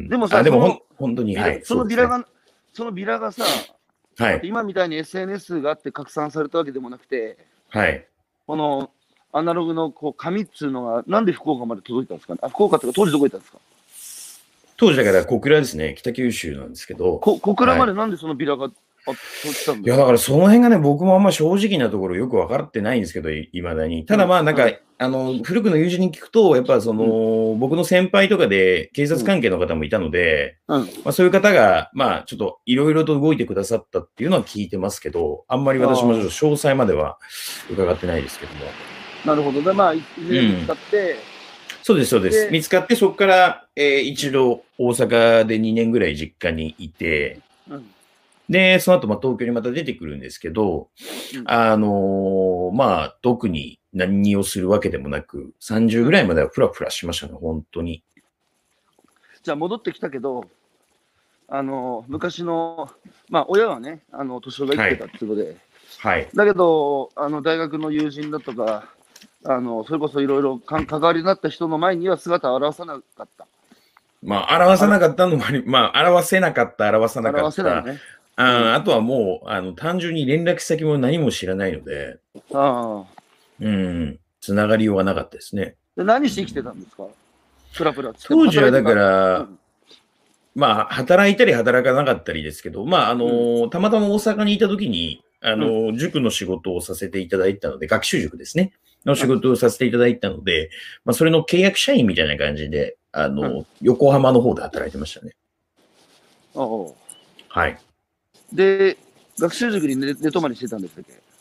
でもさ、 でもほん本当に、はい。 そのビラが、そのビラがさ、 はい。 今みたいに エスエヌエス があって拡散されたわけでもなくて、 はい。 このアナログのこう紙っつうのが、なんで福岡まで届いたんですかね。あ、福岡とか当時どこ行ったんですか？ 当時だから小倉ですね、北九州なんですけど。 こ小倉までなんでそのビラが、はい、あ届いたんですか？ いや、だからその辺がね、僕もあんま正直なところよく分かってないんですけど、いまだに。ただまあ、なんか、うん、あの、古くの友人に聞くと、やっぱその、うん、僕の先輩とかで警察関係の方もいたので、うん、まあ、そういう方が、まあ、ちょっといろいろと動いてくださったっていうのは聞いてますけど、あんまり私もちょっと詳細までは伺ってないですけども。 なるほど。で、まあ、いずれ見つかって、うん、 そうです、そうです。見つかって、そこから、えー、一度大阪でにねんぐらい実家にいて、うんで、その後、まあ、東京にまた出てくるんですけど、うん、あのー、まあ、特に何をするわけでもなく、さんじゅうぐらいまではフラフラしましたね、本当に。 じゃあ、戻ってきたけど、あのー、昔の、まあ、親はね、あの、年が生きてたってことで、 はい。はい、 だけど、あの、大学の友人だとか、あの、それこそいろいろ関わりになった人の前には姿を現さなかった。 まあ、表さなかったのもあり、まあ、表せなかった、表さなかった。表せないね。あ, あとはもう、あの、単純に連絡先も何も知らないので、あうん、つながりようがなかったですね。 で何して生きてたんですか？プラプラ当時はだから、うん、まあ、働いたり働かなかったりですけど、まあ、あの、うん、たまたま大阪にいた時に、あの、うん、塾の仕事をさせていただいたので、学習塾ですね。の仕事をさせていただいたので、まあ、それの契約社員みたいな感じで、あの、うん、横浜の方で働いてましたね。 ああ。 はい。 で、学習塾に寝泊まりしてたんでしたっけ？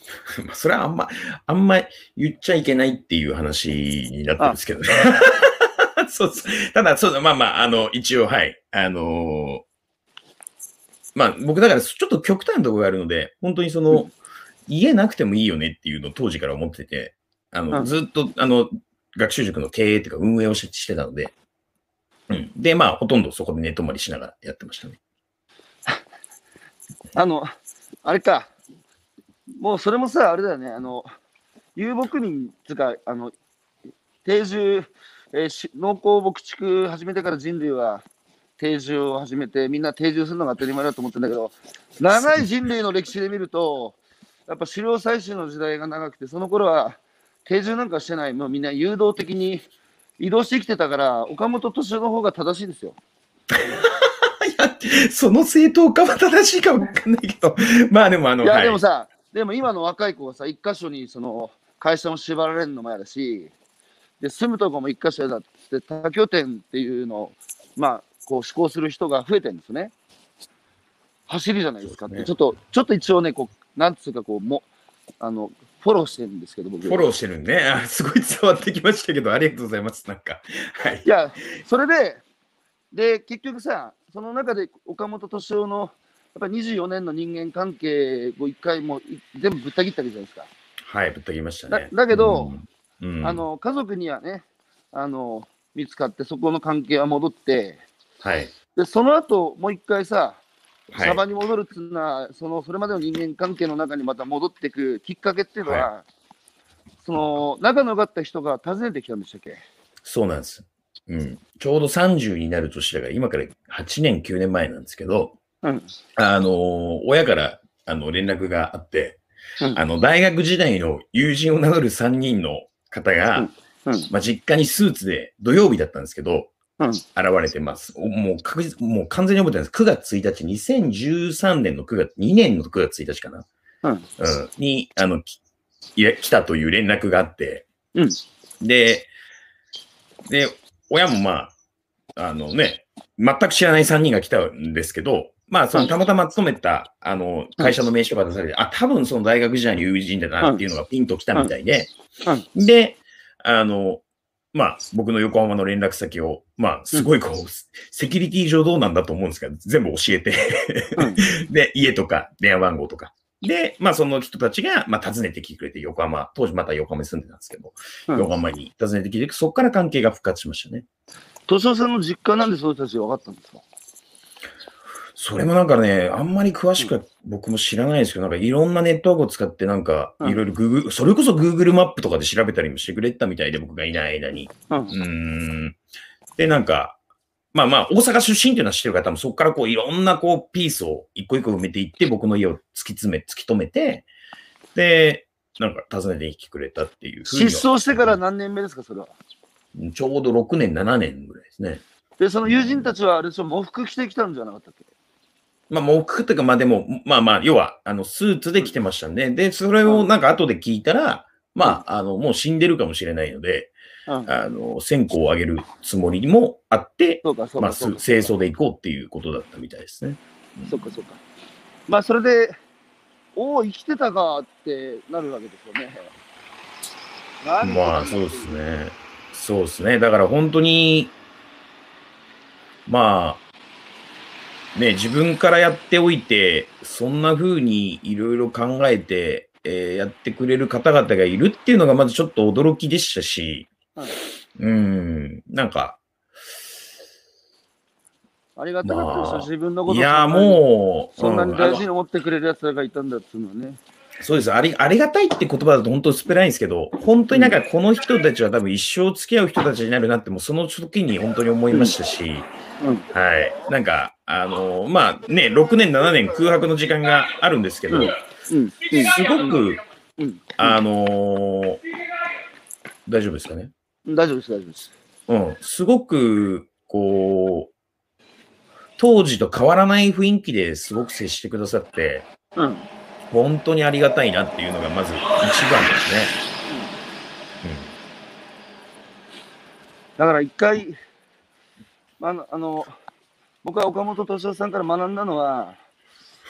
まあそれはあんま、あんま言っちゃいけないっていう話になってるんですけどね。そうそう。ただ、そうだ、まあまあ、あの、一応、はい。あのーまあ、僕だから、ちょっと極端なところがあるので、本当にその、 うん家なくてもいいよねっていうのを当時から思ってて、あの、 うんずっと、あの、学習塾の経営っていうか運営をししてたので、うん。で、まあ、ほとんどそこで寝泊まりしながらやってましたね。 あの、あれか、もうそれもさ、あれだよね、あの、遊牧民つうか、あの、定住、えーし農耕牧畜始めてから人類は定住を始めて、みんな定住するのが当たり前だと思ってるんだけど、長い人類の歴史で見ると、やっぱ狩猟採集の時代が長くて、その頃は定住なんかしてない、もうみんな誘導的に移動してきてたから、岡本敏夫の方が正しいですよ。 いや、その正当化は正しいかわかんないけど、まあでもあの、 いや、 はい。 でもさ、でも今の若い子はさ、一箇所にその会社も縛られるのも嫌だし、で住むとこも一箇所だっつって多拠点っていうのをまあこう施行する人が増えてるんですね。走りじゃないですかって、 ね、 ちょっとちょっと一応ね、こうなんつうかこうもあのフォローしてるんですけど、僕。 フォローしてるんでね。あ、すごい伝わってきましたけど、ありがとうございます。なんか。はい。 いや、それで、で結局さ、その中で岡本敏夫のやっぱりにじゅうよねんの人間関係を一回もう全部ぶった切ったわけじゃないですか。 はい、ぶった切りましただね。 だけど、 うん。うん、 あの家族にはね、あの見つかって、そこの関係は戻って、 はい。 でその後もう一回さ、 はい。 シャバに戻るっていうのは、そのそれまでの人間関係の中にまた戻っていくきっかけっていうのはい。 は、その仲の良かった人が訪ねてきたんでしたっけ？ そうなんです。うん。ちょうどさんじゅうになる年だから、今からはちねん、きゅうねんまえなんですけど、 うん、 あのー親から、あの、連絡があって、 うん、 あの、大学時代の友人を名乗るさんにんの方が、 うん、うん、 まあ、実家にスーツで土曜日だったんですけど、 うん、 現れてます。もう確実、もう完全に覚えてないです。くがつついたち、にせんじゅうさんねんのくがつ、にねんのくがつついたちかな。 うん、 うん。に、あの、きいや来たという連絡があって、 うん、 で、で、親もまあ、あのね、全く知らないさんにんが来たんですけど、まあ、そのたまたま勤めた、あの、会社の名刺とか出されて、あ、多分その大学時代の友人だなっていうのがピンと来たみたいで、で、あの、まあ、僕の横浜の連絡先を、まあ、すごいこう、セキュリティ上どうなんだと思うんですけど、全部教えてで、家とか電話番号とか。で、まあ、その人たちが、まあ、訪ねてきてくれて、横浜、当時また横浜に住んでたんですけど、横浜に訪ねてきて、そこから関係が復活しましたね。 敏夫さんの実家なんでその人たちが分かったんですか？ それもなんかね、あんまり詳しくは僕も知らないですけど、なんかいろんなネットワークを使ってなんかいろいろ Google、それこそ Google マップとかで調べたりもしてくれたみたいで、僕がいない間に。 うん。 うーん。で、なんか、まあまあ、大阪出身っていうのは知ってる方も、そこからこういろんなこうピースを一個一個埋めていって、僕の家を突き詰め、突き止めて、で、なんか訪ねてきてくれたっていうふうには。 失踪してから何年目ですか、それは。 ちょうどろくねん、ななねんぐらいですね。 で、その友人たちはあれでしょ、喪服着てきたんじゃなかったっけ？ まあ、喪服というか、まあでも、まあまあ、要は、あの、スーツで来てましたんで、で、それをなんか後で聞いたら、まあ、あの、もう死んでるかもしれないので、 うん。 あの、線香をあげるつもりもあって、 そうか、そうまあ、 か、そうか。 清掃で行こうっていうことだったみたいですね。 そうか、そうか。まあ、それで、おお、生きてたかってなるわけですよね。何してまあ、 たんだっていう。 そうですね。そうですね。だから本当に、まあ、ね、自分からやっておいて、そんな風にいろいろ考えて、えーやってくれる方々がいるっていうのがまずちょっと驚きでしたし、 うん。 うん、なんか、 ありがたかったでしょ、 まあ、 自分のこいや、 とそんなに、 もう、 そんなうん、あの、 に大事に思ってくれる奴らがいたんだっていうのはね。 そうです。あり、ありがたいって言葉だと本当薄っぺらいんですけど、本当になんかこの人たちは多分一生付き合う人たちになるなって、もうその時に本当に思いましたし、 うん。 はい。なんか、あの、まあね、ろくねん、ななねん空白の時間があるんですけど、 うん。うん。 すごく、 うん。 あのー大丈夫ですかね。 うん。大丈夫です、大丈夫です。 うん。すごく、こう、当時と変わらない雰囲気ですごく接してくださって、 うん。 本当にありがたいなっていうのがまず一番ですね。 だから一回、あの、あの僕は岡本敏夫さんから学んだのは、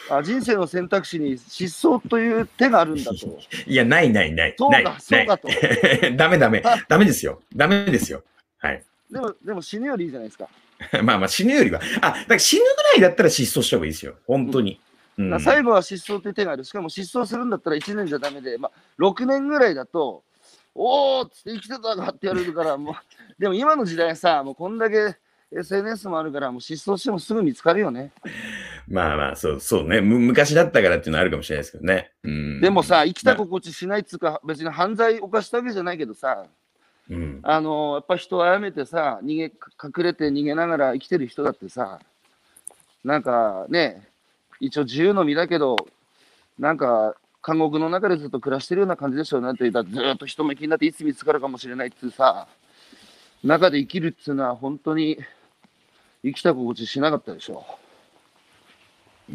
あ、人生の選択肢に失踪という手があるんだと。 いや、ないないない。 そうか、 ないそうかと。 ダメダメ。ダメですよ。ダメですよ。はい。 でも、でも死ぬよりいいじゃないですか。 まあまあ死ぬよりは。あ、だから死ぬぐらいだったら失踪した方がいいですよ。本当に。うんうん、最後は失踪という手がある。しかも失踪するんだったらいちねんじゃダメで、まあ、ろくねんぐらいだと、おーっつって生きてたかって言われるから、もう、でも今の時代さ、もうこんだけ エスエヌエス もあるから、もう失踪してもすぐ見つかるよね。 まあまあ、そう、そうね。む昔だったからっていうのはあるかもしれないですけどね。うん、 でもさ、生きた心地しないっつうか、別に犯罪犯したわけじゃないけどさ、 うん、 あのー、やっぱ人を殺めてさ、逃げ、隠れて逃げながら生きてる人だってさ、なんかね、一応自由の身だけど、なんか、監獄の中でずっと暮らしてるような感じでしょうね。と言ったらずっと人目気になっていつ見つかるかもしれないっていうさ、中で生きるっていうのは本当に生きた心地しなかったでしょうん。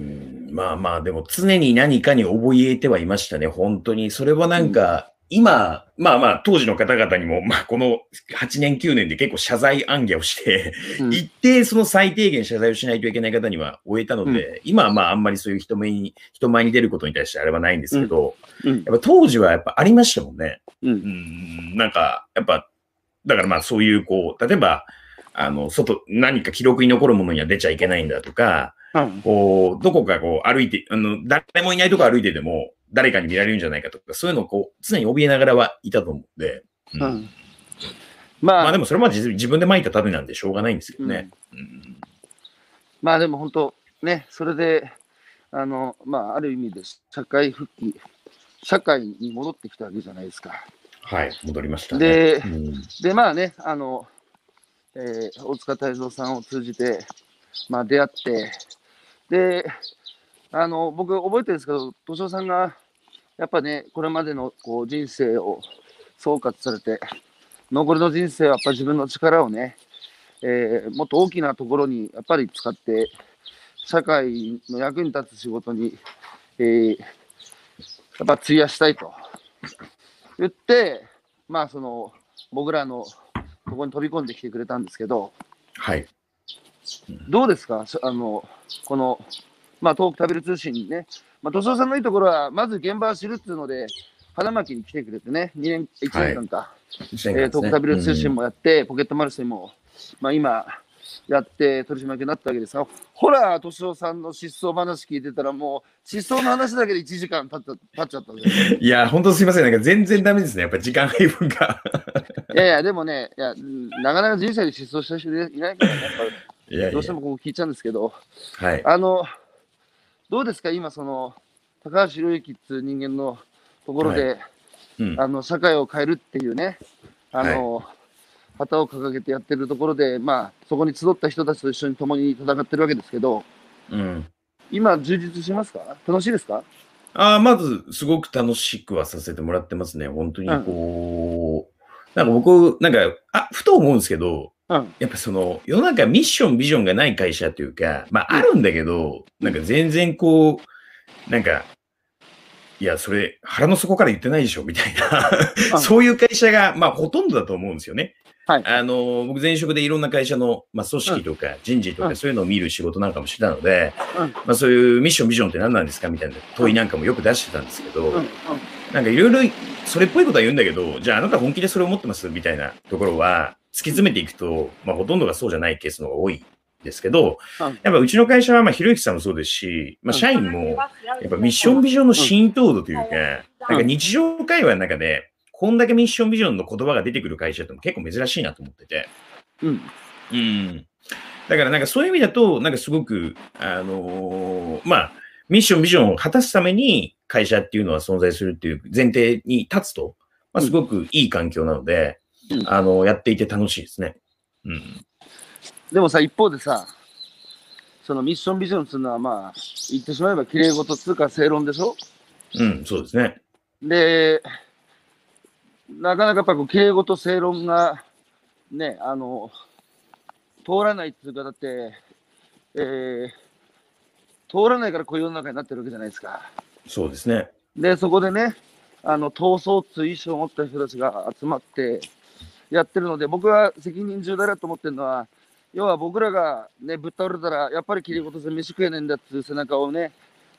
まあまあ、でも常に何かに覚えてはいましたね。本当に。それはなんか、うん今、まあまあ、当時の方々にも、まあ、このはちねん、きゅうねんで結構謝罪暗記をして、うん、一定その最低限謝罪をしないといけない方には終えたので、うん、今はまあ、あんまりそういう人前に、人前に出ることに対してあれはないんですけど、うんうん、やっぱ当時はやっぱありましたもんね。うん、うんなんか、やっぱ、だからまあ、そういう、こう、例えば、あの、外、何か記録に残るものには出ちゃいけないんだとか、うん、こう、どこかこう歩いて、あの、誰もいないとこ歩いてても、誰かに見られるんじゃないかとか、そういうのをこう、常に怯えながらはいたと思うんで。うん。うん、まあ、まあでもそれは自分で巻いた種なんでしょうがないんですけどね。うんうん、 まあでも本当、ね、それで、あの、まあある意味で社会復帰、社会に戻ってきたわけじゃないですか。 はい、戻りましたね。で、うん、でまあね、あの、えー、大塚泰造さんを通じて、まあ出会って、で、あの、僕覚えてるんですけど、敏夫さんが、やっぱね、これまでのこう人生を総括されて、残りの人生はやっぱ自分の力をね、えー、もっと大きなところにやっぱり使って、社会の役に立つ仕事に、えー、やっぱ費やしたいと言って、まあその、僕らのここに飛び込んできてくれたんですけど、 はい。 どうですかあの、この、まあ、東北食べる通信にね、まあ、敏夫さんのいいところは、まず現場を知るっていうので、花巻に来てくれてね、にねん、いちねんかんか、はいえー、東北食べる通信もやって、うん、ポケットマルシェも、まあ、今、やって取締役になったわけですが、ほら、敏夫さんの失踪話聞いてたら、もう、失踪の話だけでいちじかん経っ経っちゃったんですいや、本当すいません。なんか全然ダメですね。やっぱ時間配分が。 いやいや、でもね、いやなかなか人生で失踪した人いないからね、やっぱいやいやどうしてもここ聞いちゃうんですけど、はい、あの、どうですか、今、その、高橋宏之っていう人間のところで、はいうん、あの社会を変えるっていうね、あの、はい、旗を掲げてやってるところで、まあ、そこに集った人たちと一緒に共に戦ってるわけですけど、うん、今、充実しますか？楽しいですか？ あまず、すごく楽しくはさせてもらってますね。本当にこう、うん、なんか僕、なんか、あ、ふと思うんですけど、うん、やっぱその、世の中ミッション、ビジョンがない会社というか、まあ、あるんだけど、うん、なんか全然こう、なんか、いや、それ、腹の底から言ってないでしょ、みたいなそういう会社が、まあ、ほとんどだと思うんですよね。はい。あの、僕前職でいろんな会社の、まあ、組織とか人事とかそういうのを見る仕事なんかもしてたので、うん、まあ、そういうミッション、ビジョンって何なんですかみたいな問いなんかもよく出してたんですけど、うんうん、なんかいろいろそれっぽいことは言うんだけど、じゃああなた本気でそれを思ってますみたいなところは、突き詰めていくと、まあ、ほとんどがそうじゃないケースの方が多いですけど、やっぱうちの会社は、まあ、ひろゆきさんもそうですし、まあ、社員も、やっぱミッションビジョンの浸透度というか、なんか日常会話の中で、こんだけミッションビジョンの言葉が出てくる会社って結構珍しいなと思ってて。うん。うん。だからなんかそういう意味だと、なんかすごく、あのー、まあ、ミッションビジョンを果たすために会社っていうのは存在するっていう前提に立つと、まあ、すごくいい環境なので、うん、あの、やっていて楽しいですね。うん。 でもさ、一方でさ、そのミッションビジョンっていうのはまあ、言ってしまえば綺麗事つうか正論でしょ？ うん、そうですね。 で、なかなかやっぱこう、綺麗事正論が、ね、あの、通らないっていうか、だって、えー、通らないからこういう世の中になってるわけじゃないですか。 そうですね。 で、そこでね、あの、闘争っていう意思を持った人たちが集まってやってるので、僕は責任重大だと思ってるのは、要は僕らがね、ぶっ倒れたら、やっぱり綺麗事で飯食えねえんだっていう背中をね、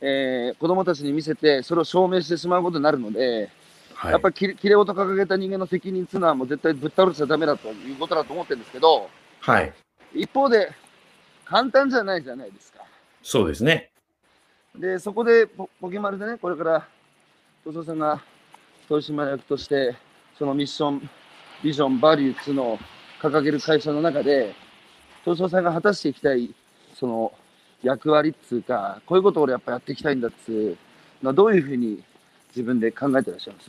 えー、子供たちに見せて、それを証明してしまうことになるので、 はい。 やっぱりきれきれ事掲げた人間の責任っていうのはもう絶対ぶっ倒れちゃダメだということだと思ってるんですけど、 はい。 一方で簡単じゃないじゃないですか。 そうですね。 で、そこでポポケマルでね、これから敏夫さんが取締役として、そのミッション、ビジョン、バリューっていうのを掲げる会社の中で、敏夫さんが果たしていきたい、その役割っつうか、こういうことを俺やっぱやっていきたいんだっつうのはどういうふうに自分で考えてらっしゃいます？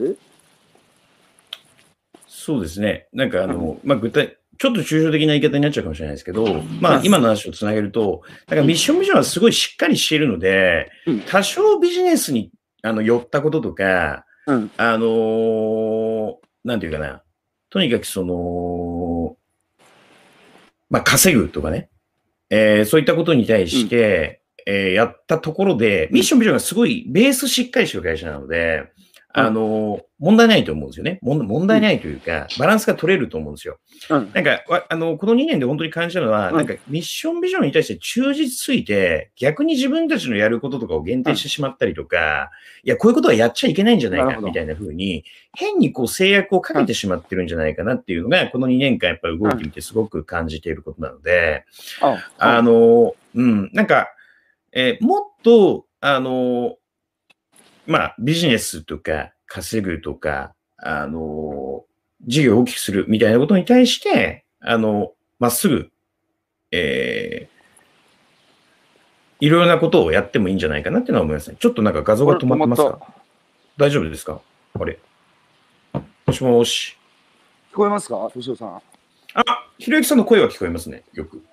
そうですね。なんかあうんの、まあ、具体、ちょっと抽象的な言い方になっちゃうかもしれないですけど、まあ、今の話をつなげると、なんかミッションビジョンはすごいしっかりしているので、 うん多少ビジネスにあの寄ったこととか、 うんあのーなんていうかな、とにかくその、まあ、稼ぐとかね、えーそういったことに対して、えーやったところで、ミッションビジョンがすごいベースしっかりしてる会社なので、あのー問題ないと思うんですよね。問問題ないというか、バランスが取れると思うんですよ。 うんなんか、わあの、このにねんで本当に感じたのは、 うんなんかミッションビジョンに対して忠実すぎて、逆に自分たちのやることとかを限定してしまったりとか、いや、こういうことはやっちゃいけないんじゃないか、 なるほどみたいな風に、変にこう制約をかけてしまってるんじゃないかなっていうのが、このにねんかんやっぱり動いてみてすごく感じていることなので、 ああの、うん、なんか、えーもっと、あの、まあ、ビジネスとか稼ぐとか、あの、事業を大きくするみたいなことに対して、あの、まっすぐ、えーいろいろなことをやってもいいんじゃないかなっていうのは思いますね。ちょっとなんか画像が止まってますか？大丈夫ですか？あれ。もしもし。 聞こえますか、敏夫さん。 あ、ひろゆきさんの声は聞こえますね。よく。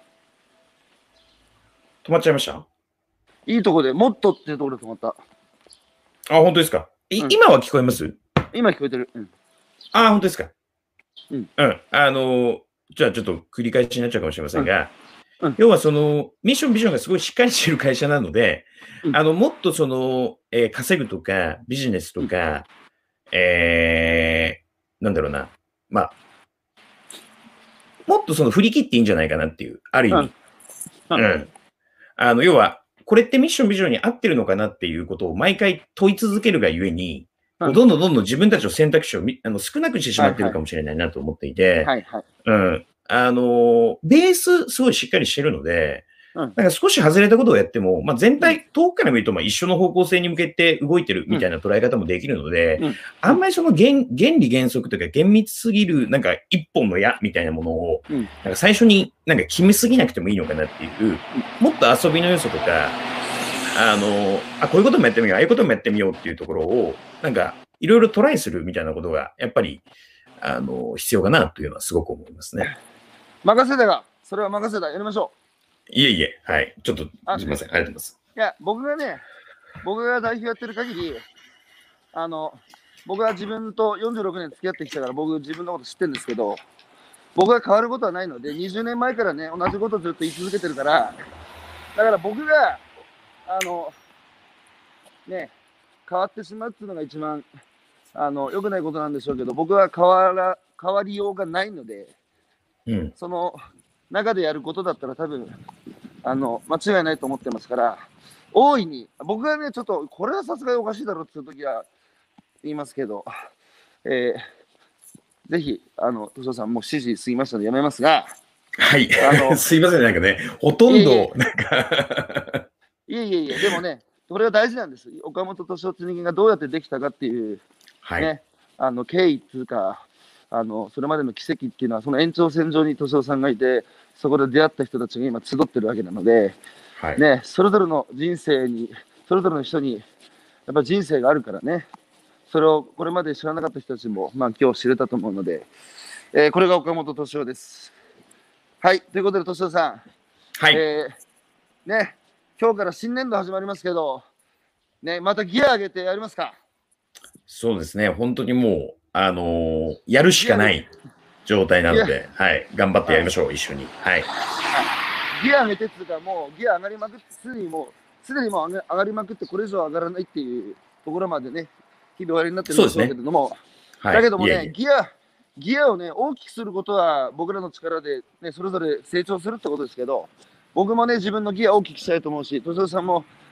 止まっちゃいました？ いいとこで、もっとっていうところで止まった。 あ、本当ですか？いうん今は聞こえます？ 今聞こえてる。うん。 あ、本当ですか？ うん。 うん。あの、じゃあちょっと繰り返しになっちゃうかもしれませんが、 うんうん要はその、ミッションビジョンがすごいしっかりしている会社なので、 うんあの、もっとその、えー稼ぐとか、ビジネスとか、えー、なんだろうな、まあ、もっとその振り切っていいんじゃないかなっていう、ある意味。 ううんん。あの、要は、これってミッションビジョンに合ってるのかなっていうことを毎回問い続けるがゆえに、 うんどんどんどんどん自分たちの選択肢をみあの少なくしてしまってるかもしれないなと思っていて、 はいはい。 うん。あの、ベースすごいしっかりしてるので、 うんなんか少し外れたことをやっても、まあ、全体、遠くから見ると、まあ、一緒の方向性に向けて動いてるみたいな捉え方もできるので、 うんあんまりその原原理原則というか厳密すぎる、なんか一本の矢みたいなものを、 うんなんか最初になんか決めすぎなくてもいいのかなっていう、もっと遊びの要素とか、あの、あ、こういうこともやってみよう、ああいうこともやってみようっていうところを、なんか、いろいろトライするみたいなことが、やっぱり、あの、必要かなというのはすごく思いますね。 任せたが、それは任せた。やりましょいえいえ、はい。ちょっと、 あすみません。ありがとうございます。 う。いや、僕がね、僕が代表やってる限り、あの、僕は自分とよんじゅうろくねん付き合ってきたから、僕自分のこと知ってるんですけど、僕が変わることはないので、にじゅうねんまえからね、同じことずっと言い続けてるから、だから僕が、あの、ね、変わってしまうっていうのが一番、あの、良くないことなんでしょうけど、僕は変わら、変わりようがないので、 うん。 その中でやることだったら多分、あの、間違いないと思ってますから、大いに、僕がね、ちょっと、これはさすがにおかしいだろうっていう時は言いますけど、えー、ぜひ、あの、敏夫さん、もうしちじ過ぎましたのでやめますが、 はいあの。 すいません。なんかね、ほとんいえいえど、なんかいえいえいえ、でもね、これが大事なんです。岡本敏夫って人間がどうやってできたかっていう、 はい。 ね、あの経緯っていうか、あのそれまでの奇跡っていうのは、その延長線上に敏夫さんがいて、そこで出会った人たちが今集ってるわけなので、 はい。 ね、それぞれの人生に、それぞれの人に、やっぱ人生があるからね、それをこれまで知らなかった人たちも、まあ今日知れたと思うので、えーこれが岡本敏夫です。はい、ということで、敏夫さん、 はい。 えーね、今日から新年度始まりますけど、ね、またギア上げてやりますか。 そうですね。本当にもう、あのーやるしかない状態なので、はい。頑張ってやりましょう。一緒に。はい。 ギア上げてっていうか、もうギア上がりまくって、すでにもう、すでにもう上が上がりまくって、これ以上上がらないっていうところまでね、日々終わりになってるんでしょうけれども、 はい。 だけどもね、 いえいえギア、ギアをね、大きくすることは僕らの力で、ね、それぞれ成長するってことですけど、僕もね、自分のギアを大きくしたいと思うし、敏夫さんも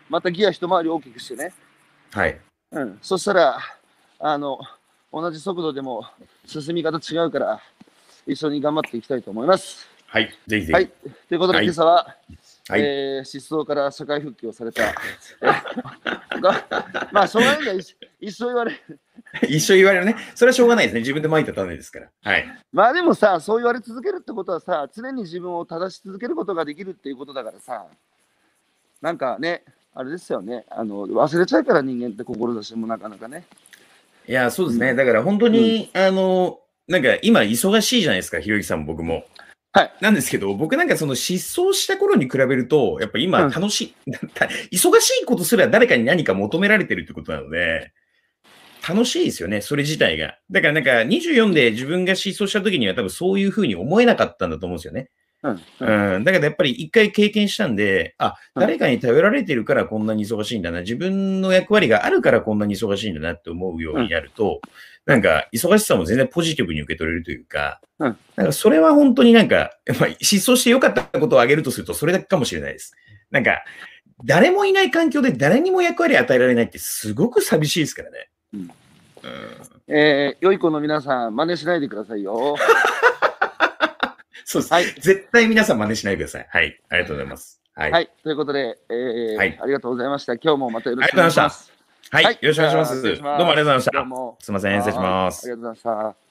またギア一回り大きくしてね。 はい。 うん。そしたら、あの、同じ速度でも進み方違うから、一緒に頑張っていきたいと思います。 はい。ぜひぜひ。 はい。ということで、 はい今朝は、 はい。 えー失踪から社会復帰をされた。えーがまあ、しょうがないんだよ。一一生言われる。 一緒言われるね。それはしょうがないですね。自分で巻いた種ですから。はい。 まあでもさ、そう言われ続けるってことはさ、常に自分を正し続けることができるっていうことだからさ、なんかね、あれですよね。あの、忘れちゃうから人間って志もなかなかね。 いや、そうですね。 うん。 だから本当うん。 に、あの、なんか今忙しいじゃないですか、ひろゆきさんも僕も。 はい。 なんですけど、僕なんかその失踪した頃に比べると、やっぱ今うん。 楽しい、忙しいことすら誰かに何か求められてるってことなので、楽しいですよね、それ自体が。だからなんかにじゅうよんで自分が失踪した時には多分そういうふうに思えなかったんだと思うんですよね。 うん。うん。 うん。だけどやっぱり一回経験したんで、あ、 うん。 誰かに頼られてるからこんなに忙しいんだな。自分の役割があるからこんなに忙しいんだなって思うようにうん。 なると、 うん。 なんか忙しさも全然ポジティブに受け取れるというか、 うん。 なんかそれは本当になんか、まあ、失踪して良かったことをあげるとするとそれだけかもしれないです。なんか、誰もいない環境で誰にも役割与えられないってすごく寂しいですからね。 うん。 うん。 えー、良い子の皆さん、真似しないでくださいよ。 そうです。 はい。 絶対皆さん真似しないでください。はい。ありがとうございます。はい。 はい。ということで、えーはい。 ありがとうございました。今日もまたよろありしくおがとうございました。 願いします。 はい。 はい。 よろしくお願いしまじゃあ、失礼す。 しどうもありがとうございまます。 した。 どうも。 すいません。失礼しはーい。 ます。 ありがとうございました。